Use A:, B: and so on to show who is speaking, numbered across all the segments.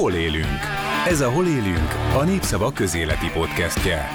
A: Hol élünk? Ez a Hol élünk, a Népszava közéleti podcastje.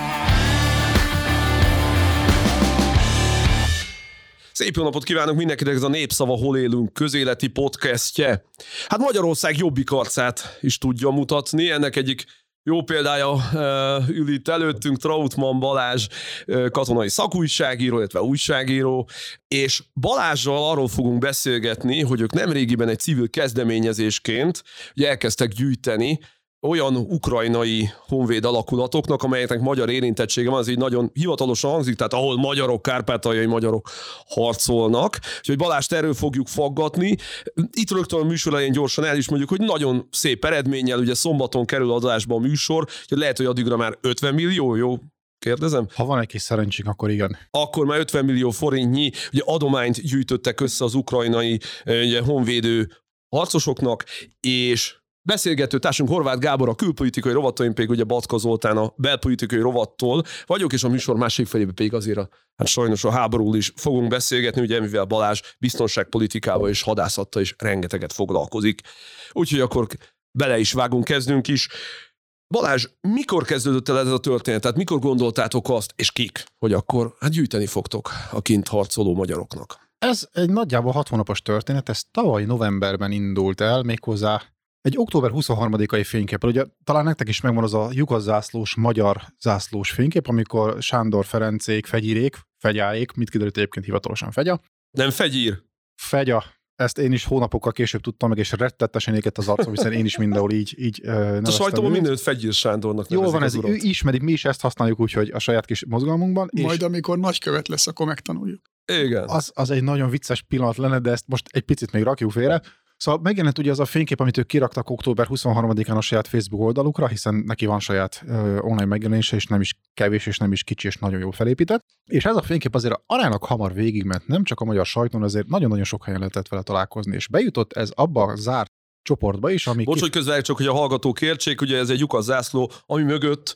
B: Szép jó napot kívánok mindenkinek, ez a Népszava Hol élünk közéleti podcastje. Hát Magyarország jobbik arcát is tudja mutatni, ennek egyik jó példája ül itt előttünk, Trautmann Balázs, katonai szakújságíró, illetve újságíró, és Balázssal arról fogunk beszélgetni, hogy ők nemrégiben egy civil kezdeményezésként ugye elkezdtek gyűjteni olyan ukrajnai honvéd alakulatoknak, amelyeknek magyar érintettsége van, ez így nagyon hivatalosan hangzik, tehát ahol magyarok, kárpátaljai magyarok harcolnak. Úgyhogy Balást erről fogjuk faggatni. Itt rögtön a műsor elején gyorsan el is mondjuk, hogy nagyon szép eredménnyel, ugye szombaton kerül adásba a műsor, hogy lehet, hogy addigra már 50 millió, jó? Kérdezem?
C: Ha van egy kis szerencsénk, akkor igen.
B: Akkor már 50 millió forintnyi ugye adományt gyűjtöttek össze az ukrajnai ugye, honvédő harcosoknak, és beszélgető társunk Horváth Gábor a külpolitikai rovattaim pedig ugye Batka Zoltán a belpolitikai rovattól vagyok, és a műsor másik felében pedig azért hát sajnos a háborúról is fogunk beszélgetni, ugye mivel Balázs biztonságpolitikával és hadászattal is rengeteget foglalkozik. Úgyhogy akkor bele is vágunk, kezdünk is. Balázs, mikor kezdődött el ez a történet? Tehát mikor gondoltátok azt, és kik, hogy akkor hát gyűjteni fogtok a kint harcoló magyaroknak?
C: Ez egy nagyjából 6 hónapos történet, ez tavaly novemberben indult el, méghozzá egy október 23-ai fényképpel. Ugye talán nektek is megvan az a lyukaszászlós, magyar zászlós fénykép, amikor Sándor Ferencék, fegyáék, mit kiderült egyébként hivatalosan fegya.
B: Nem fegyír.
C: Fegya. Ezt én is hónapokkal később tudtam meg, és rettetesen éket az arcom, hiszen én is mindenhol így
B: a sajtóban mindenütt Fegyír Sándornak
C: nevezik. Jól van, ez ő ismerik, mi is ezt használjuk, úgyhogy a saját kis mozgalmunkban.
D: Majd amikor nagykövet lesz, akkor megtanuljuk.
B: Igen.
C: Az egy nagyon vicces pillanat lenne, de ezt most egy picit még rakjuk félre. Szóval megjelent ugye az a fénykép, amit ők kiraktak október 23-án a saját Facebook oldalukra, hiszen neki van saját online megjelenése, és nem is kevés, és nem is kicsi, és nagyon jól felépített. És ez a fénykép azért aránylag hamar végigment, nem csak a magyar sajton, azért nagyon-nagyon sok helyen lehetett vele találkozni, és bejutott ez abba a zárt csoportba is, ami...
B: Bocs, hogy közben csak, hogy a hallgatók értsék, ugye ez egy lyukaszászló, ami mögött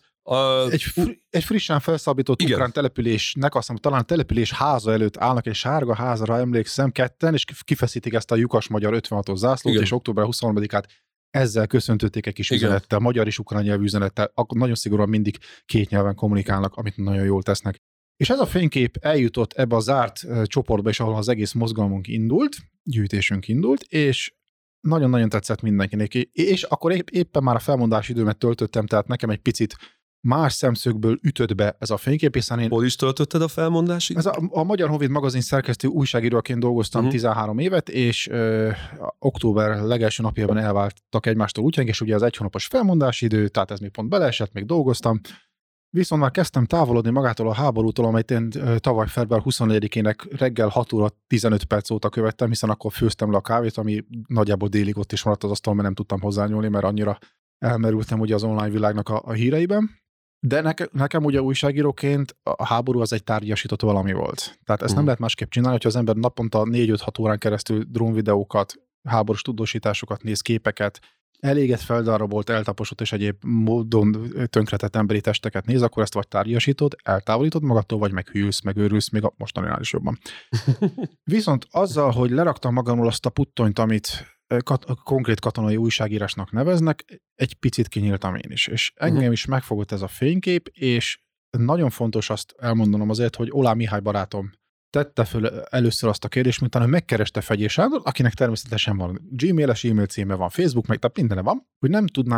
C: egy frissen felszabított ukrán településnek, azt hiszem, talán a település háza előtt állnak, egy sárga házra emlékszem ketten, és kifeszítik ezt a lyukas magyar 56-os zászlót, igen. És október 23-át ezzel köszöntötték egy kis üzenettel, magyar és ukrán nyelvű üzenettel, akkor nagyon szigorúan mindig két nyelven kommunikálnak, amit nagyon jól tesznek. És ez a fénykép eljutott ebbe a zárt csoportba is, ahol az egész mozgalmunk indult, gyűjtésünk indult, és nagyon-nagyon tetszett mindenkinek. És akkor éppen már a felmondási időmet töltöttem, tehát nekem egy picit más szemszögből ütött be ez a fénykép, hiszen én...
B: Hol is töltötted a felmondásig?
C: Ez a Magyar Honvéd magazin szerkesztő újságíróként dolgoztam 13 évet, és október legelső napjában elváltak egymástól útjaink, és ugye az 1 hónapos felmondási idő, tehát ez még pont beleesett, még dolgoztam. Viszont már kezdtem távolodni magától a háborútól, amelyet én tavaly február 24-ének reggel 6 óra 15 perc óta követtem, hiszen akkor főztem le a kávét, ami nagyjából délig ott is maradt az asztalon, mert nem tudtam hozzányúlni, mert annyira elmerültem ugye az online világnak a híreiben. De nekem ugye újságíróként a háború az egy tárgyasított valami volt. Tehát ezt nem lehet másképp csinálni, hogyha az ember naponta 4-5-6 órán keresztül drónvideókat, háborús tudósításokat néz, képeket, eléget feldarabolt, eltaposott és egyéb módon tönkretett emberi testeket néz, akkor ezt vagy tárgyasítod, eltávolítod magadtól, vagy meghűlsz, megőrülsz, még a mostaninál is jobban. Viszont azzal, hogy leraktam magamról azt a puttonyt, amit konkrét katonai újságírásnak neveznek, egy picit kinyíltam én is. És engem is megfogott ez a fénykép, és nagyon fontos azt elmondanom azért, hogy Olá Mihály barátom tette föl először azt a kérdést, miután ő megkereste Fegyér Sándor, akinek természetesen van Gmail-es e-mail címe, van Facebook, meg tehát mindene van, hogy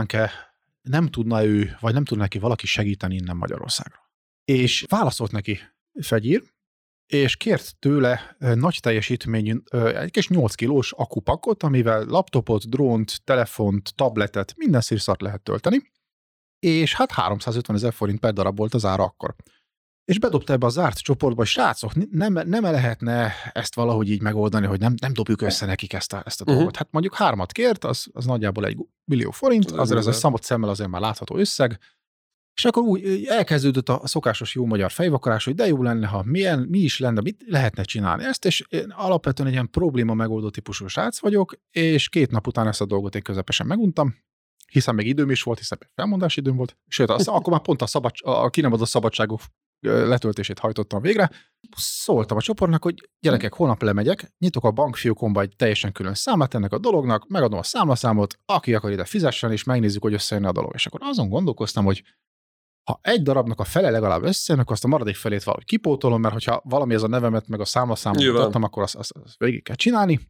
C: nem tudna ő, vagy nem tudna neki valaki segíteni innen Magyarországra. És válaszolt neki Fegyér, és kért tőle nagy teljesítményű, egy kis 8 kilós akupakot, amivel laptopot, drónt, telefont, tabletet, minden szírszart lehet tölteni, és hát 350 000 forint per darab volt az ára akkor. És bedobta ebbe a zárt csoportba, hogy srácok, nem lehetne ezt valahogy így megoldani, hogy nem dobjuk össze nekik ezt a dolgot. Hát mondjuk 3 kért, az nagyjából 1 millió forint, azért ez a szabad szemmel azért már látható összeg. És akkor úgy elkezdődött a szokásos jó magyar fejvakarás, hogy de jó lenne, ha mi is lenne, mit lehetne csinálni ezt, és én alapvetően egy ilyen probléma megoldó típusú srác vagyok, és 2 nap után ezt a dolgot én közepesen meguntam, hiszen még időm is volt, hiszen felmondási időm volt, sőt, akkor már pont a ki nem adott szabadságok letöltését hajtottam végre. Szóltam a csoportnak, hogy gyerekek, holnap lemegyek, nyitok a bankfiókomba egy teljesen külön számlát ennek a dolognak, megadom a számlaszámot, aki akar ide fizessen, és megnézzük, hogy összejönne a dolog. És akkor azon gondolkoztam, hogy ha egy darabnak a fele legalább összejön, akkor azt a maradék felét valahogy kipótolom, mert hogyha valami ez a nevemet, meg a számlaszámot adtam, akkor azt végig kell csinálni.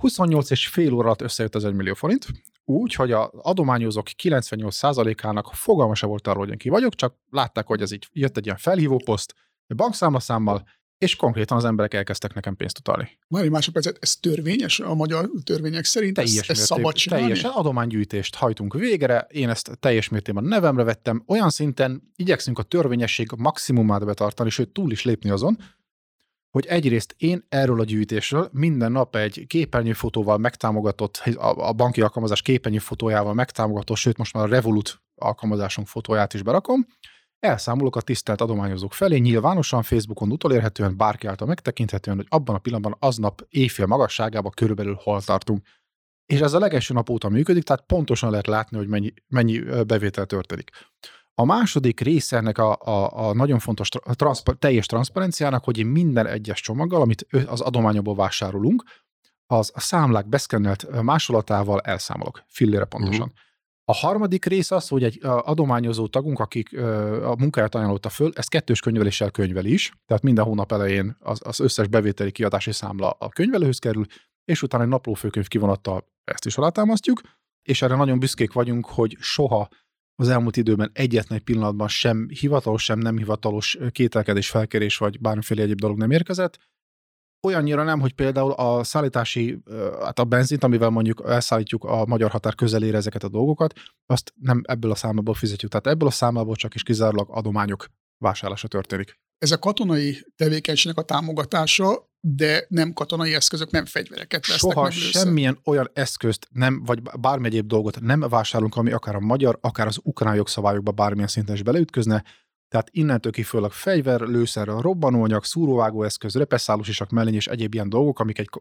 C: 28,5 óra alatt összejött az 1 millió forint, úgy, hogy az adományozók 98%-ának fogalma se volt arról, hogy én ki vagyok, csak látták, hogy ez így jött egy ilyen felhívó poszt, bankszámlaszámmal, és konkrétan az emberek elkezdtek nekem pénzt utalni.
D: Már egy másodpercet, ez törvényes a magyar törvények szerint? Ez szabad csinálni?
C: Teljesen adománygyűjtést hajtunk végre, én ezt teljes mértékben nevemre vettem, olyan szinten igyekszünk a törvényesség maximumát betartani, sőt túl is lépni azon, hogy egyrészt én erről a gyűjtésről minden nap egy képernyőfotóval megtámogatott, a banki alkalmazás képernyőfotójával megtámogatott, sőt most már a Revolut alkalmazásunk fotóját is berakom, elszámolok a tisztelt adományozók felé, nyilvánosan Facebookon utolérhetően, bárki által megtekinthetően, hogy abban a pillanatban aznap éjfél magasságában körülbelül hol tartunk. És ez a legelső nap óta működik, tehát pontosan lehet látni, hogy mennyi bevétel történik. A második része ennek a nagyon fontos teljes transzparenciának, hogy én minden egyes csomaggal, amit az adományokból vásárolunk, az a számlák beszkennelt másolatával elszámolok, fillére pontosan. A harmadik rész az, hogy egy adományozó tagunk, akik a munkáját ajánlotta föl, ezt kettős könyveléssel könyveli is, tehát minden hónap elején az összes bevételi kiadási számla a könyvelőhöz kerül, és utána egy naplófőkönyv kivonattal ezt is alátámasztjuk, és erre nagyon büszkék vagyunk, hogy soha az elmúlt időben egyetlen pillanatban sem hivatalos, sem nem hivatalos kételkedés, felkérés vagy bármiféle egyéb dolog nem érkezett. Olyannyira nem, hogy például a szállítási, hát a benzint, amivel mondjuk elszállítjuk a magyar határ közelére ezeket a dolgokat, azt nem ebből a számlából fizetjük. Tehát ebből a számlából csak is kizárólag adományok vásárlása történik.
D: Ez a katonai tevékenységnek a támogatása, de nem katonai eszközök, nem fegyvereket vesznek
C: Soha
D: meg
C: semmilyen olyan eszközt nem, vagy bármi egyéb dolgot nem vásárolunk, ami akár a magyar, akár az ukrán jogszabályokba bármilyen szinten is beleütközne. Tehát innentől kifolyólag fegyver, lőszer, robbanóanyag, szúróvágóeszköz, repeszálós isak mellény és egyéb ilyen dolgok, amik egy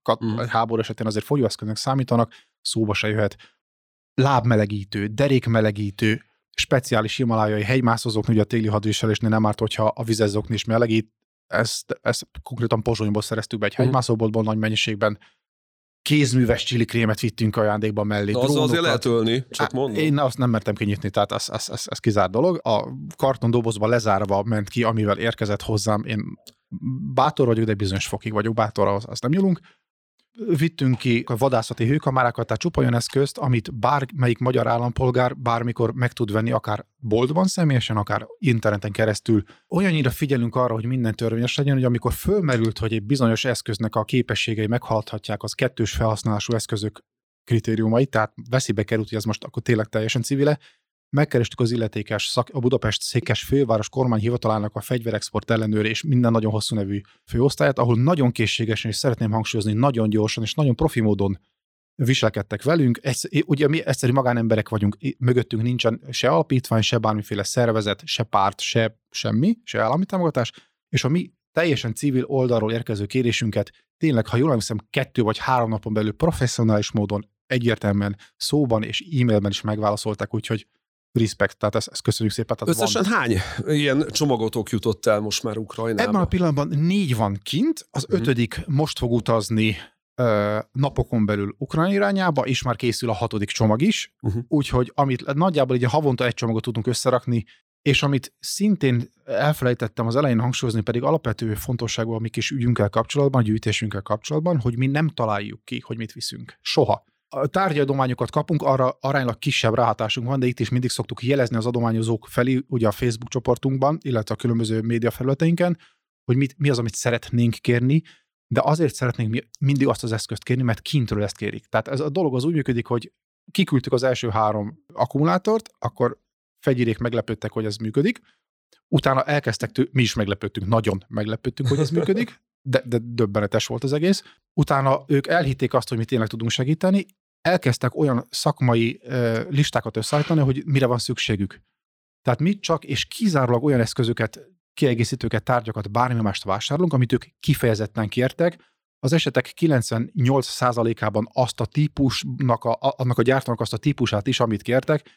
C: háború esetén azért folyóeszköznek számítanak, szóba se jöhet. Lábmelegítő, derékmelegítő, speciális himalájai hegymászozók, ugye a téli hadviselésnél nem árt, hogyha a vizezzokni is melegít. Ezt konkrétan Pozsonyból szereztük be egy hegymászóboltból nagy mennyiségben. Kézműves csilikrémet vittünk ajándékba mellé.
B: Azzal azért lehet ölni, csak mondom.
C: Én azt nem mertem kinyitni, tehát ez kizárt dolog. A kartondobozban lezárva ment ki, amivel érkezett hozzám. Én bátor vagyok, de bizonyos fokig vagyok bátor, azt nem nyúlunk. Vittünk ki a vadászati hőkamárákat, tehát csupa olyan eszközt, amit bármelyik magyar állampolgár bármikor meg tud venni, akár boltban személyesen, akár interneten keresztül. Olyannyira figyelünk arra, hogy minden törvényes legyen, hogy amikor fölmerült, hogy egy bizonyos eszköznek a képességei meghaladhatják az kettős felhasználású eszközök kritériumait, tehát veszélybe került, hogy ez most akkor tényleg teljesen civile, megkerestük az illetékes a Budapest székes főváros kormányhivatalának a fegyverexport ellenőre és minden nagyon hosszú nevű főosztályát, ahol nagyon készségesen, és szeretném hangsúlyozni, nagyon gyorsan és nagyon profi módon viselkedtek velünk. Ugye mi egyszerű magánemberek vagyunk, mögöttünk nincsen se alapítvány, se bármiféle szervezet, se párt, se semmi, se állami támogatás, és a mi teljesen civil oldalról érkező kérésünket tényleg, ha jól emlékszem, 2 vagy 3 napon belül professzionális módon egyértelműen szóban és e-mailben is megválaszolták, úgyhogy respect, tehát ezt köszönjük szépen.
B: Összesen hány ilyen csomagotok jutott el most már Ukrajnába?
C: Ebben a pillanatban 4 van kint, az 5. most fog utazni napokon belül Ukrajna irányába, és már készül a 6. csomag is, úgyhogy amit nagyjából így havonta egy csomagot tudunk összerakni, és amit szintén elfelejtettem az elején hangsúlyozni, pedig alapvető fontosságú a mi kis ügyünkkel kapcsolatban, a gyűjtésünkkel kapcsolatban, hogy mi nem találjuk ki, hogy mit viszünk. Soha. A tárgyadományokat kapunk, arra aránylag kisebb ráhatásunk van, de itt is mindig szoktuk jelezni az adományozók felé, ugye a Facebook csoportunkban, illetve a különböző médiafelületeinken, hogy mi az, amit szeretnénk kérni, de azért szeretnénk mindig azt az eszközt kérni, mert kintről ezt kérik. Tehát ez a dolog az úgy működik, hogy kiküldtük az első 3 akkumulátort, akkor fegyérék meglepődtek, hogy ez működik, utána elkezdtek, mi is meglepődtünk, nagyon meglepődtünk, hogy ez működik, de döbbenetes volt az egész. Utána ők elhitték azt, hogy mi tényleg tudunk segíteni, elkezdtek olyan szakmai listákat összeállítani, hogy mire van szükségük. Tehát mi csak és kizárólag olyan eszközöket, kiegészítőket, tárgyakat, bármi mást vásárolunk, amit ők kifejezetten kértek. Az esetek 98%-ában azt a típusnak, annak a gyártónak azt a típusát is, amit kértek,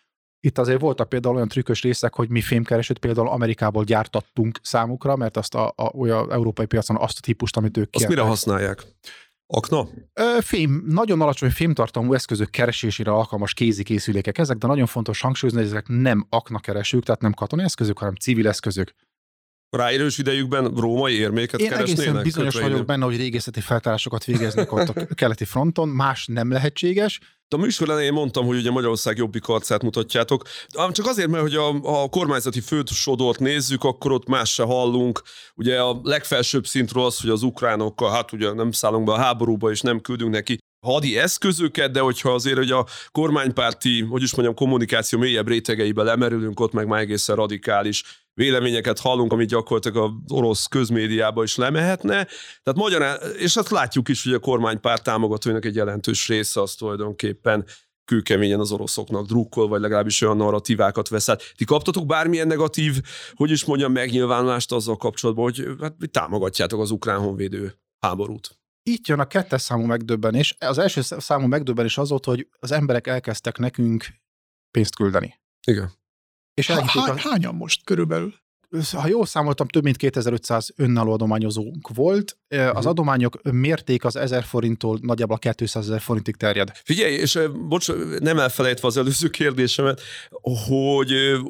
C: Itt azért voltak például olyan trükkös részek, hogy mi fémkeresőt például Amerikából gyártattunk számukra, mert azt olyan európai piacon azt a típust, amit ők
B: Azt mire használják? Akna?
C: Fém, nagyon alacsony fémtartalmú eszközök keresésére alkalmas kézikészülékek ezek, de nagyon fontos hangsúlyozni, hogy ezek nem aknakeresők, tehát nem katonai eszközök, hanem civil eszközök.
B: Ráérős idejükben római érméket
C: Én
B: keresnének?
C: egészen bizonyos vagyok benne, hogy régészeti feltárásokat végeznek ott a keleti fronton, más nem lehetséges.
B: De a műsor elején mondtam, hogy ugye Magyarország jobbik arcát mutatjátok. Csak azért, mert hogy a kormányzati fősodort nézzük, akkor ott más se hallunk. Ugye a legfelsőbb szintről az, hogy az ukránokkal, hát ugye nem szállunk be a háborúba, és nem küldünk neki hadi eszközöket, de hogyha azért hogy a kormánypárti, hogy is mondjam, kommunikáció mélyebb rétegeibe lemerülünk, ott meg már egészen radikális véleményeket hallunk, amit gyakorlatilag az orosz közmédiába is lemehetne. Tehát magyarán, és azt látjuk is, hogy a kormánypárt támogatóinak egy jelentős része az tulajdonképpen kőkeményen az oroszoknak drukkol, vagy legalábbis olyan narratívákat vesz át. Ti kaptatok bármilyen negatív, hogy is mondjam, megnyilvánulást azzal kapcsolatban, hogy hát, támogatjátok az ukrán honvédő háborút?
C: Itt jön a 2. számú megdöbbenés. Az első számú megdöbbenés az volt, hogy az emberek elkezdtek nekünk pénzt küldeni.
B: Igen.
C: És
D: hányan most körülbelül?
C: Ha jól számoltam, több mint 2500 önálló adományozónk volt. Az adományok mérték az 1000 forinttól nagyjából 200 000 forintig terjed.
B: Figyelj, és bocs, nem elfelejtve az előző kérdésemet, hogy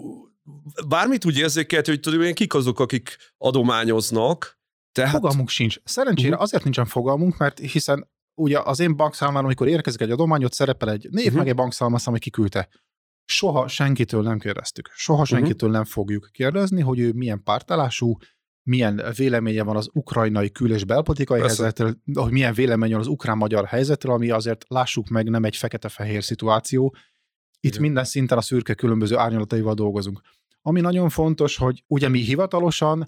B: bármit úgy érzékelt, hogy tudom, kik azok, akik adományoznak. Tehát...
C: Fogalmunk sincs. Szerencsére azért nincsen fogalmunk, mert hiszen ugye az én bankszámlámon, amikor érkezik egy adományot, szerepel egy név, meg egy bankszámlám, ami kiküldte. Soha senkitől nem kérdeztük. Soha senkitől nem fogjuk kérdezni, hogy ő milyen pártállású, milyen véleménye van az ukrajnai kül- és belpolitikai helyzetről, hogy milyen véleménye van az ukrán-magyar helyzetről, ami azért lássuk meg, nem egy fekete-fehér szituáció. Itt minden szinten a szürke különböző árnyalataival dolgozunk. Ami nagyon fontos, hogy ugye mi hivatalosan,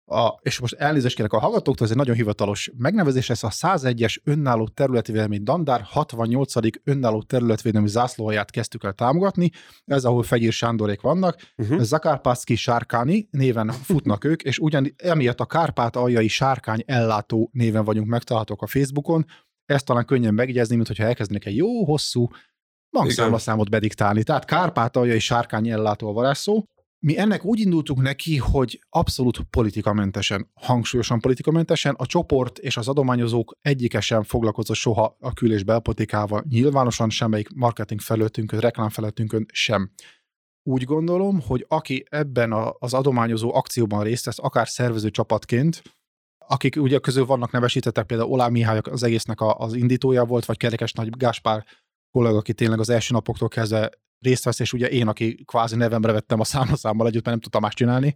C: és most elnézést kérek a hallgatóktól, ez egy nagyon hivatalos megnevezés, ez a 101-es önálló területvédelmi dandár 68. önálló területvédelmi zászlóalját kezdtük el támogatni, ez ahol Fegyér Sándorék vannak, Zakárpászki Sárkáni néven futnak ők, és emiatt a Kárpát-aljai Sárkány ellátó néven vagyunk megtalálhatók a Facebookon, ezt talán könnyen megjegyezni, mint hogyha elkezdenek egy jó, hosszú bankszámlaszámot bediktálni. Tehát Kárpát-aljai Sárkány ellátó a varázsszó. Mi ennek úgy indultunk neki, hogy abszolút politikamentesen, hangsúlyosan politikamentesen, a csoport és az adományozók egyike sem foglalkozott soha a kül- és belpolitikával, nyilvánosan semmelyik marketing felületünkön, reklám felületünkön sem. Úgy gondolom, hogy aki ebben az adományozó akcióban részt vesz, akár szervező csapatként, akik ugye közül vannak nevesítettek, például Oláh Mihály az egésznek az indítója volt, vagy Kerekes Nagy Gáspár kollega, aki tényleg az első napoktól kezdve részt vesz, és ugye én, aki kvázi nevemre vettem a számlaszámmal együtt, mert nem tudtam más csinálni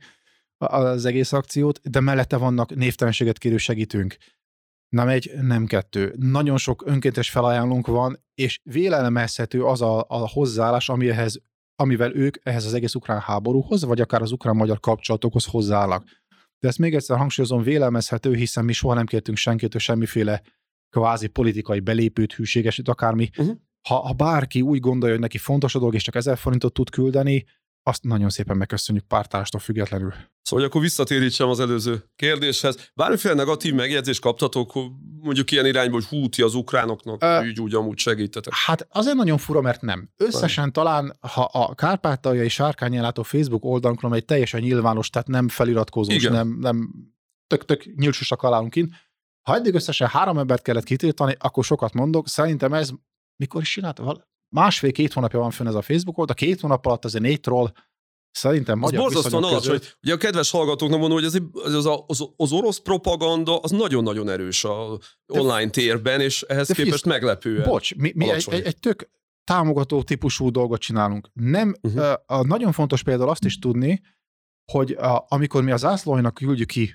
C: az egész akciót, de mellette vannak névtelenséget kérő segítőnk. Nem egy, nem kettő. Nagyon sok önkéntes felajánlónk van, és vélelemezhető az a hozzáállás, amivel ők ehhez az egész ukrán háborúhoz, vagy akár az ukrán-magyar kapcsolatokhoz hozzáállnak. De ezt még egyszer hangsúlyozom, vélelemezhető, hiszen mi soha nem kértünk senkitől semmiféle kvázi politikai belépőt, hűségesít, akármi. Ha bárki úgy gondolja, hogy neki fontos a dolog, és csak 1000 forintot tud küldeni, azt nagyon szépen megköszönjük pártállástól függetlenül.
B: Szóval akkor visszatérítsem az előző kérdéshez. Bármiféle negatív megjegyzést kaptatok, mondjuk ilyen irányból, hogy húti az ukránoknak, úgy amúgy segítetek?
C: Hát azért nagyon fura, mert nem. Összesen talán, ha a Kárpátaljai Sárkány-ellátó Facebook oldalunkon, egy teljesen nyilvános, tehát nem feliratkozós, nem tök nyílsusak alálunk kint. Ha eddig összesen 3 embert kellett kitiltani, akkor sokat mondok. Szerintem ez mikor is csinálta? 1,5-2 hónapja van fönn ez a Facebook oldal, 2 hónap alatt azért 4 troll, szerintem magyar
B: borzasztóan alacsony. Ugye a kedves hallgatóknak mondom, hogy az orosz propaganda az nagyon-nagyon erős a online térben, és ehhez képest meglepően.
C: Bocs, mi egy tök támogató típusú dolgot csinálunk. Nem, nagyon fontos például azt is tudni, hogy amikor mi a zászlóinak küldjük ki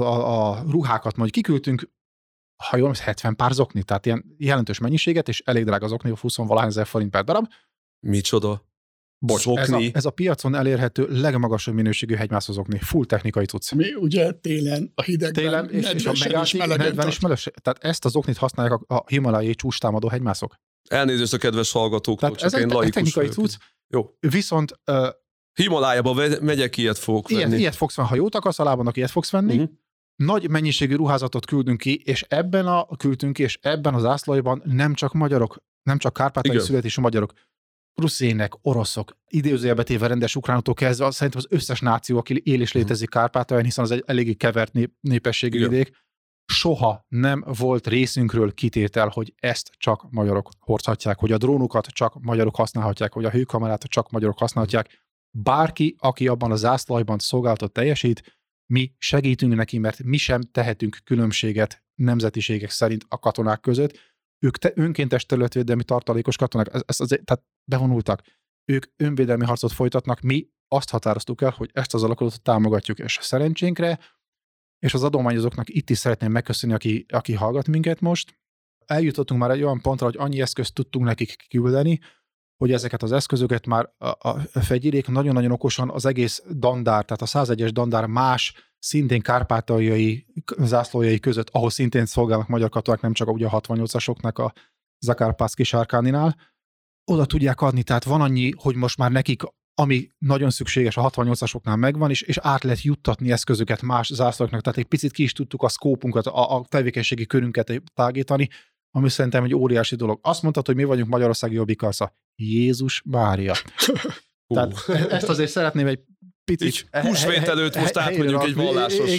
C: a ruhákat, majd kiküldtünk, ha jól, 70 pár zokni, tehát ilyen jelentős mennyiséget, és elég drága zokni, 20-valahány ezer forint per darab.
B: Micsoda?
C: Bocs, ez a piacon elérhető legmagasabb minőségű hegymászó zokni, full technikai cucc.
D: Mi ugye télen, a hidegben,
C: és a nedven is meleg. Tehát ezt a zoknit használják a himalájai csúcstámadó hegymászok.
B: Elnézést a kedves hallgatóktól,
C: csak én laikus technikai cucc.
B: Jó.
C: Viszont
B: Himalájába megyek, ilyet fogok venni.
C: Ilyet fogsz venni, ha jót akarsz a lábadnak, ilyet fogsz venni. Nagy mennyiségű ruházatot küldünk ki, és ebben az zászlóiban nem csak magyarok, nem csak kárpátaljai születésű magyarok. ruszének, oroszok, idézőjelbe téve rendes ukránoktól kezdve, szerintem az összes náció, aki él és létezik Kárpátalján, hiszen az egy eléggé kevert népességű vidék, soha nem volt részünkről kitétel, hogy ezt csak magyarok hordhatják, hogy a drónokat csak magyarok használhatják, hogy a hőkamerát csak magyarok használhatják. Bárki, aki abban a zászlajban szolgálatot teljesít, mi segítünk neki, mert mi sem tehetünk különbséget nemzetiségek szerint a katonák között. Ők önkéntes területvédelmi tartalékos katonák, tehát bevonultak. Ők önvédelmi harcot folytatnak, mi azt határoztuk el, hogy ezt az alakulatot támogatjuk, és szerencsénkre, és az adományozóknak itt is szeretném megköszönni, aki hallgat minket most. Eljutottunk már egy olyan pontra, hogy annyi eszközt tudtunk nekik küldeni, hogy ezeket az eszközöket már a fegyérék nagyon-nagyon okosan az egész dandár, tehát a 101-es dandár más, szintén kárpátaljai zászlójai között, ahol szintén szolgálnak magyar katonák, nem csak ugye a 68-asoknak a Zakárpászki sárkáninál, oda tudják adni, tehát van annyi, hogy most már nekik, ami nagyon szükséges a 68-asoknál megvan, és át lehet juttatni eszközöket más zászlóknak, tehát egy picit ki is tudtuk a szkópunkat, a tevékenységi körünket tágítani, ami szerintem egy óriási dolog. Azt mondtad, hogy mi vagyunk Magyarországi Jobbik-Arca. Jézus Mária. Tehát ezt azért szeretném egy picit...
B: Húsvét előtt most átmegyünk egy vallásos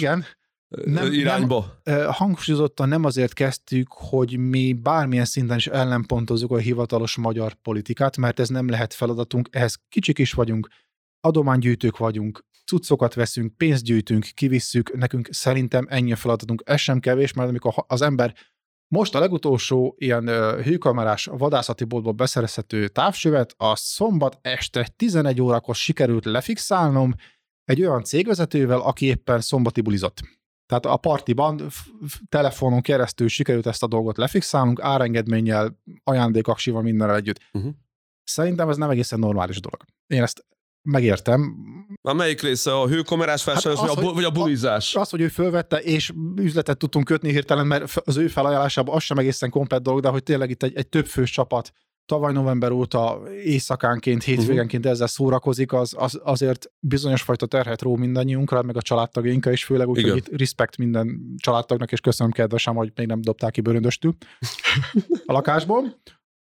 B: irányba.
C: Hangsúlyozottan nem azért kezdtük, hogy mi bármilyen szinten is ellenpontozzuk a hivatalos magyar politikát, mert ez nem lehet feladatunk, ehhez kicsik is vagyunk, adománygyűjtők vagyunk, cuccokat veszünk, pénzt gyűjtünk, kivisszük, nekünk szerintem ennyi a feladatunk. Ez sem kevés, mert amikor az ember most a legutolsó ilyen hőkamerás vadászati boltból beszerezhető távsövet a szombat este 11 órakor sikerült lefixálnom egy olyan cégvezetővel, aki éppen szombati bulizott. Tehát a partiban telefonon keresztül sikerült ezt a dolgot lefixálnunk, árengedménnyel, ajándékaksival, mindennel együtt. Szerintem ez nem egészen normális dolog. Én ezt megértem.
B: A melyik része? A hőkamerás vásárlás, vagy a bulizás?
C: Az, hogy ő fölvette, és üzletet tudtunk kötni hirtelen, mert az ő felajánlásában az sem egészen komplett dolog, de hogy tényleg itt egy többfős csapat tavaly november óta éjszakánként, hétvégenként ezzel szórakozik, az azért bizonyos fajta terhet ró mindannyiunkra, meg a családtagjainkra is, főleg úgy, hogy itt respekt minden családtagnak, és köszönöm kedvesem, hogy még nem dobták ki bőröndöstül a lakásból.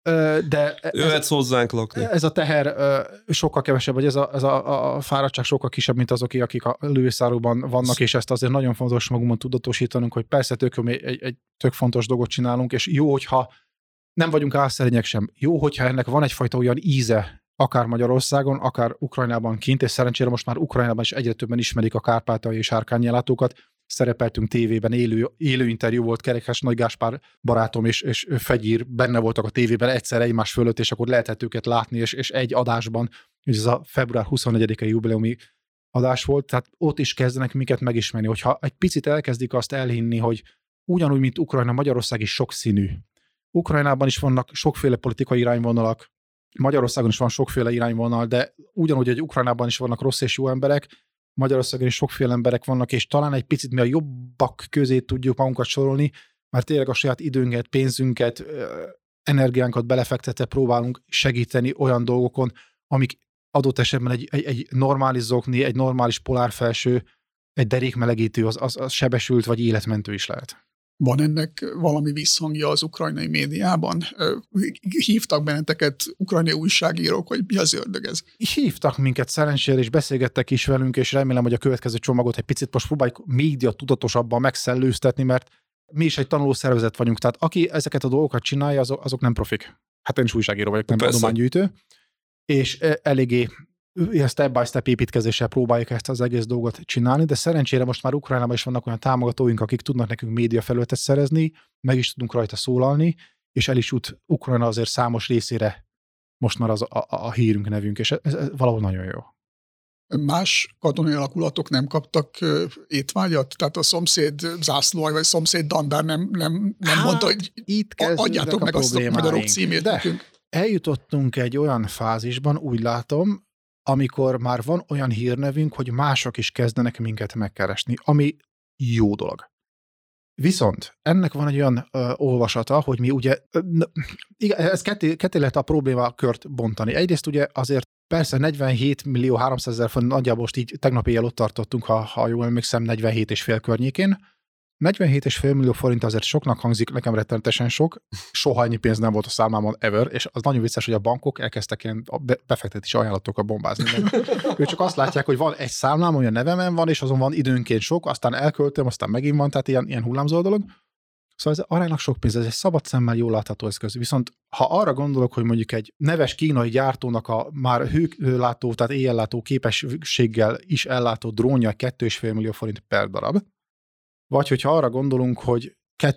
C: De
B: jöhetsz hozzánk lakni.
C: Ez a teher sokkal kevesebb, vagy ez a fáradtság sokkal kisebb, mint azok, akik a lőszárokban vannak, és ezt azért nagyon fontos magunkon tudatosítanunk, hogy persze egy tök fontos dolgot csinálunk, és jó, hogyha nem vagyunk álszerények sem. Jó, hogyha ennek van egyfajta olyan íze, akár Magyarországon, akár Ukrajnában kint, és szerencsére most már Ukrajnában is egyre többen ismerik a kárpátaljai sárkányjálátókat. Szerepeltünk tévében, élő interjú volt, Kerekes Nagy Gáspár barátom és Fegyír benne voltak a tévében egyszerre egymás fölött, és akkor lehetett őket látni, és egy adásban, ez a február 24-i jubileumi adás volt, tehát ott is kezdenek minket megismerni, hogyha egy picit elkezdik azt elhinni, hogy ugyanúgy, mint Ukrajna, Magyarország is sokszínű. Ukrajnában is vannak sokféle politikai irányvonalak, Magyarországon is van sokféle irányvonal, de ugyanúgy, hogy Ukrajnában is vannak rossz és jó emberek, Magyarországon is sokféle emberek vannak, és talán egy picit mi a jobbak közé tudjuk magunkat sorolni, mert tényleg a saját időnket, pénzünket, energiánkat belefektetve próbálunk segíteni olyan dolgokon, amik adott esetben egy normális zokni, egy normális polárfelső, egy derékmelegítő, az sebesült vagy életmentő is lehet.
D: Van ennek valami visszhangja az ukrajnai médiában? Hívtak benneteket ukrajnai újságírók, hogy mi az ördög ez?
C: Hívtak minket szerencsére, és beszélgettek is velünk, és remélem, hogy a következő csomagot egy picit most próbáljuk média tudatosabban megszellőztetni, mert mi is egy tanulószervezet vagyunk, tehát aki ezeket a dolgokat csinálja, azok nem profik. Hát én is újságíró vagyok, nem adománygyűjtő, és eléggé step by step építkezéssel próbáljuk ezt az egész dolgot csinálni, de szerencsére most már Ukrajnában is vannak olyan támogatóink, akik tudnak nekünk médiafelületet szerezni, meg is tudunk rajta szólalni, és el is jut Ukrajna azért számos részére most már a hírünk, nevünk, és ez valahol nagyon jó.
D: Más katonai alakulatok nem kaptak étvágyat? Tehát a szomszéd zászlóaj, vagy szomszéd dandár nem mondta, hogy
C: itt
D: adjátok meg azt a magyarok címét nekünk.
C: Eljutottunk egy olyan fázisban, úgy látom, amikor már van olyan hírnevünk, hogy mások is kezdenek minket megkeresni, ami jó dolog. Viszont ennek van egy olyan olvasata, hogy mi ugye, ez ketté lehet a problémakört bontani. Egyrészt ugye azért persze 47 millió 300 000 forint, nagyjából most így tegnap éjjel ott tartottunk, ha jól emlékszem, 47,5 környékén, 47,5 millió forint azért soknak hangzik, nekem rettenetesen sok, soha ennyi pénz nem volt a számlámon ever, és az nagyon vicces, hogy a bankok elkezdtek ilyen befektetési ajánlatokkal bombázni. Ők csak azt látják, hogy van egy számlám, olyan nevemen van, és azon van időnként sok, aztán elköltöm, aztán megint van, tehát ilyen hullámzó dolog. Szóval ez aránylag sok pénz, ez egy szabad szemmel jól látható eszköz. Viszont ha arra gondolok, hogy mondjuk egy neves kínai gyártónak a már hőlátó, tehát éjjellátó képességgel is ellátó drónja 2,5 millió forint per darab, vagy hogyha arra gondolunk, hogy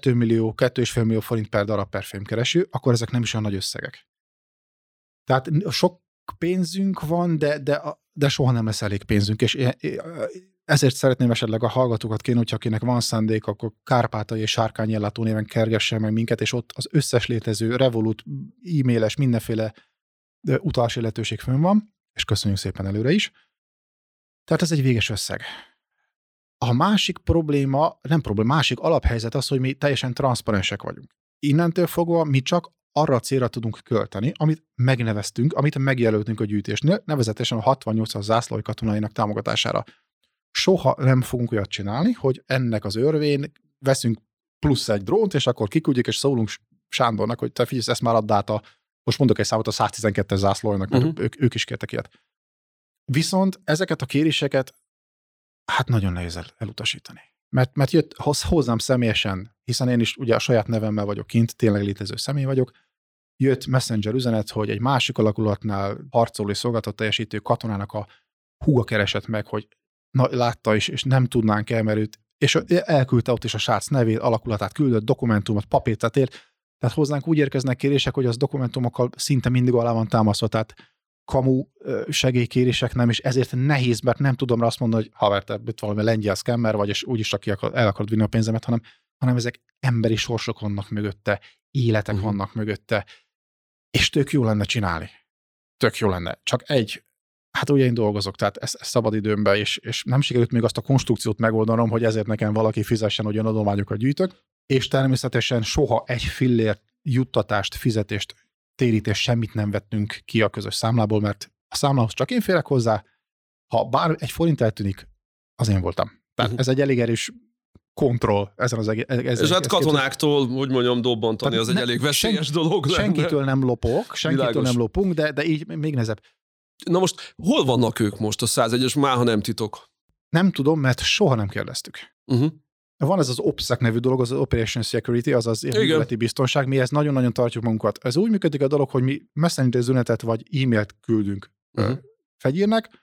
C: 2,5 millió forint per darab per fémkereső, akkor ezek nem is olyan nagy összegek. Tehát sok pénzünk van, de soha nem lesz elég pénzünk, és ezért szeretném esetleg a hallgatókat kérni, hogyha akinek van szándék, akkor Kárpátaljai és Sárkányellátó néven kergessen meg minket, és ott az összes létező Revolut, e-mailes, mindenféle utalási lehetőség fönn van, és köszönjük szépen előre is. Tehát ez egy véges összeg. A másik probléma, másik alaphelyzet az, hogy mi teljesen transzparensek vagyunk. Innentől fogva mi csak arra a célra tudunk költeni, amit megneveztünk, amit megjelöltünk a gyűjtésnél, nevezetesen a 68-as zászlói katonainak támogatására. Soha nem fogunk olyat csinálni, hogy ennek az örvén veszünk plusz egy drónt, és akkor kiküldjük, és szólunk Sándornak, hogy te figyelj, ezt már add át most mondok egy számot a 112-es zászlóinak, mert ők is kértek ilyet. Viszont ezeket a kéréseket hát nagyon nehéz elutasítani. Mert jött hozzám személyesen, hiszen én is ugye a saját nevemmel vagyok kint, tényleg létező személy vagyok, jött messenger üzenet, hogy egy másik alakulatnál harcoló és szolgáltat teljesítő katonának a húga keresett meg, hogy látta is, és nem tudnánk el, mert őt, és elküldte ott is a srác nevét, alakulatát küldött, dokumentumot, papírt, tehát hozzánk úgy érkeznek kérések, hogy az dokumentumokkal szinte mindig alá van támasztva, tehát kamu segélykérések nem, és ezért nehéz, mert nem tudom rá azt mondani, hogy haver, te valami lengyel szkemmer vagy, és úgyis el akarod vinni a pénzemet, hanem ezek emberi sorsok vannak mögötte, életek vannak mögötte, és tök jó lenne csinálni. Tök jó lenne. Csak hát ugye én dolgozok, tehát ez szabad időmben, és nem sikerült még azt a konstrukciót megoldanom, hogy ezért nekem valaki fizessen, hogy olyan adományokat gyűjtök, és természetesen soha egy fillért juttatást, fizetést, térítést, semmit nem vettünk ki a közös számlából, mert a számlához csak én férek hozzá, ha bár egy forint eltűnik, az én voltam. Tehát ez egy elég erős kontroll ezen az egész.
B: És hát katonáktól, úgy mondjam, dobbantani, az egy elég veszélyes dolog.
C: Senkitől nem nem lopunk, de így még nehezebb.
B: Na most, hol vannak ők most a 101-es, már ha nem titok?
C: Nem tudom, mert soha nem kérdeztük. Van ez az OPSEC nevű dolog, az Operation Security, azaz műveleti biztonság, mi ezt nagyon-nagyon tartjuk magunkat. Ez úgy működik a dolog, hogy mi messenger üzenetet vagy e-mailt küldünk fegyérnek,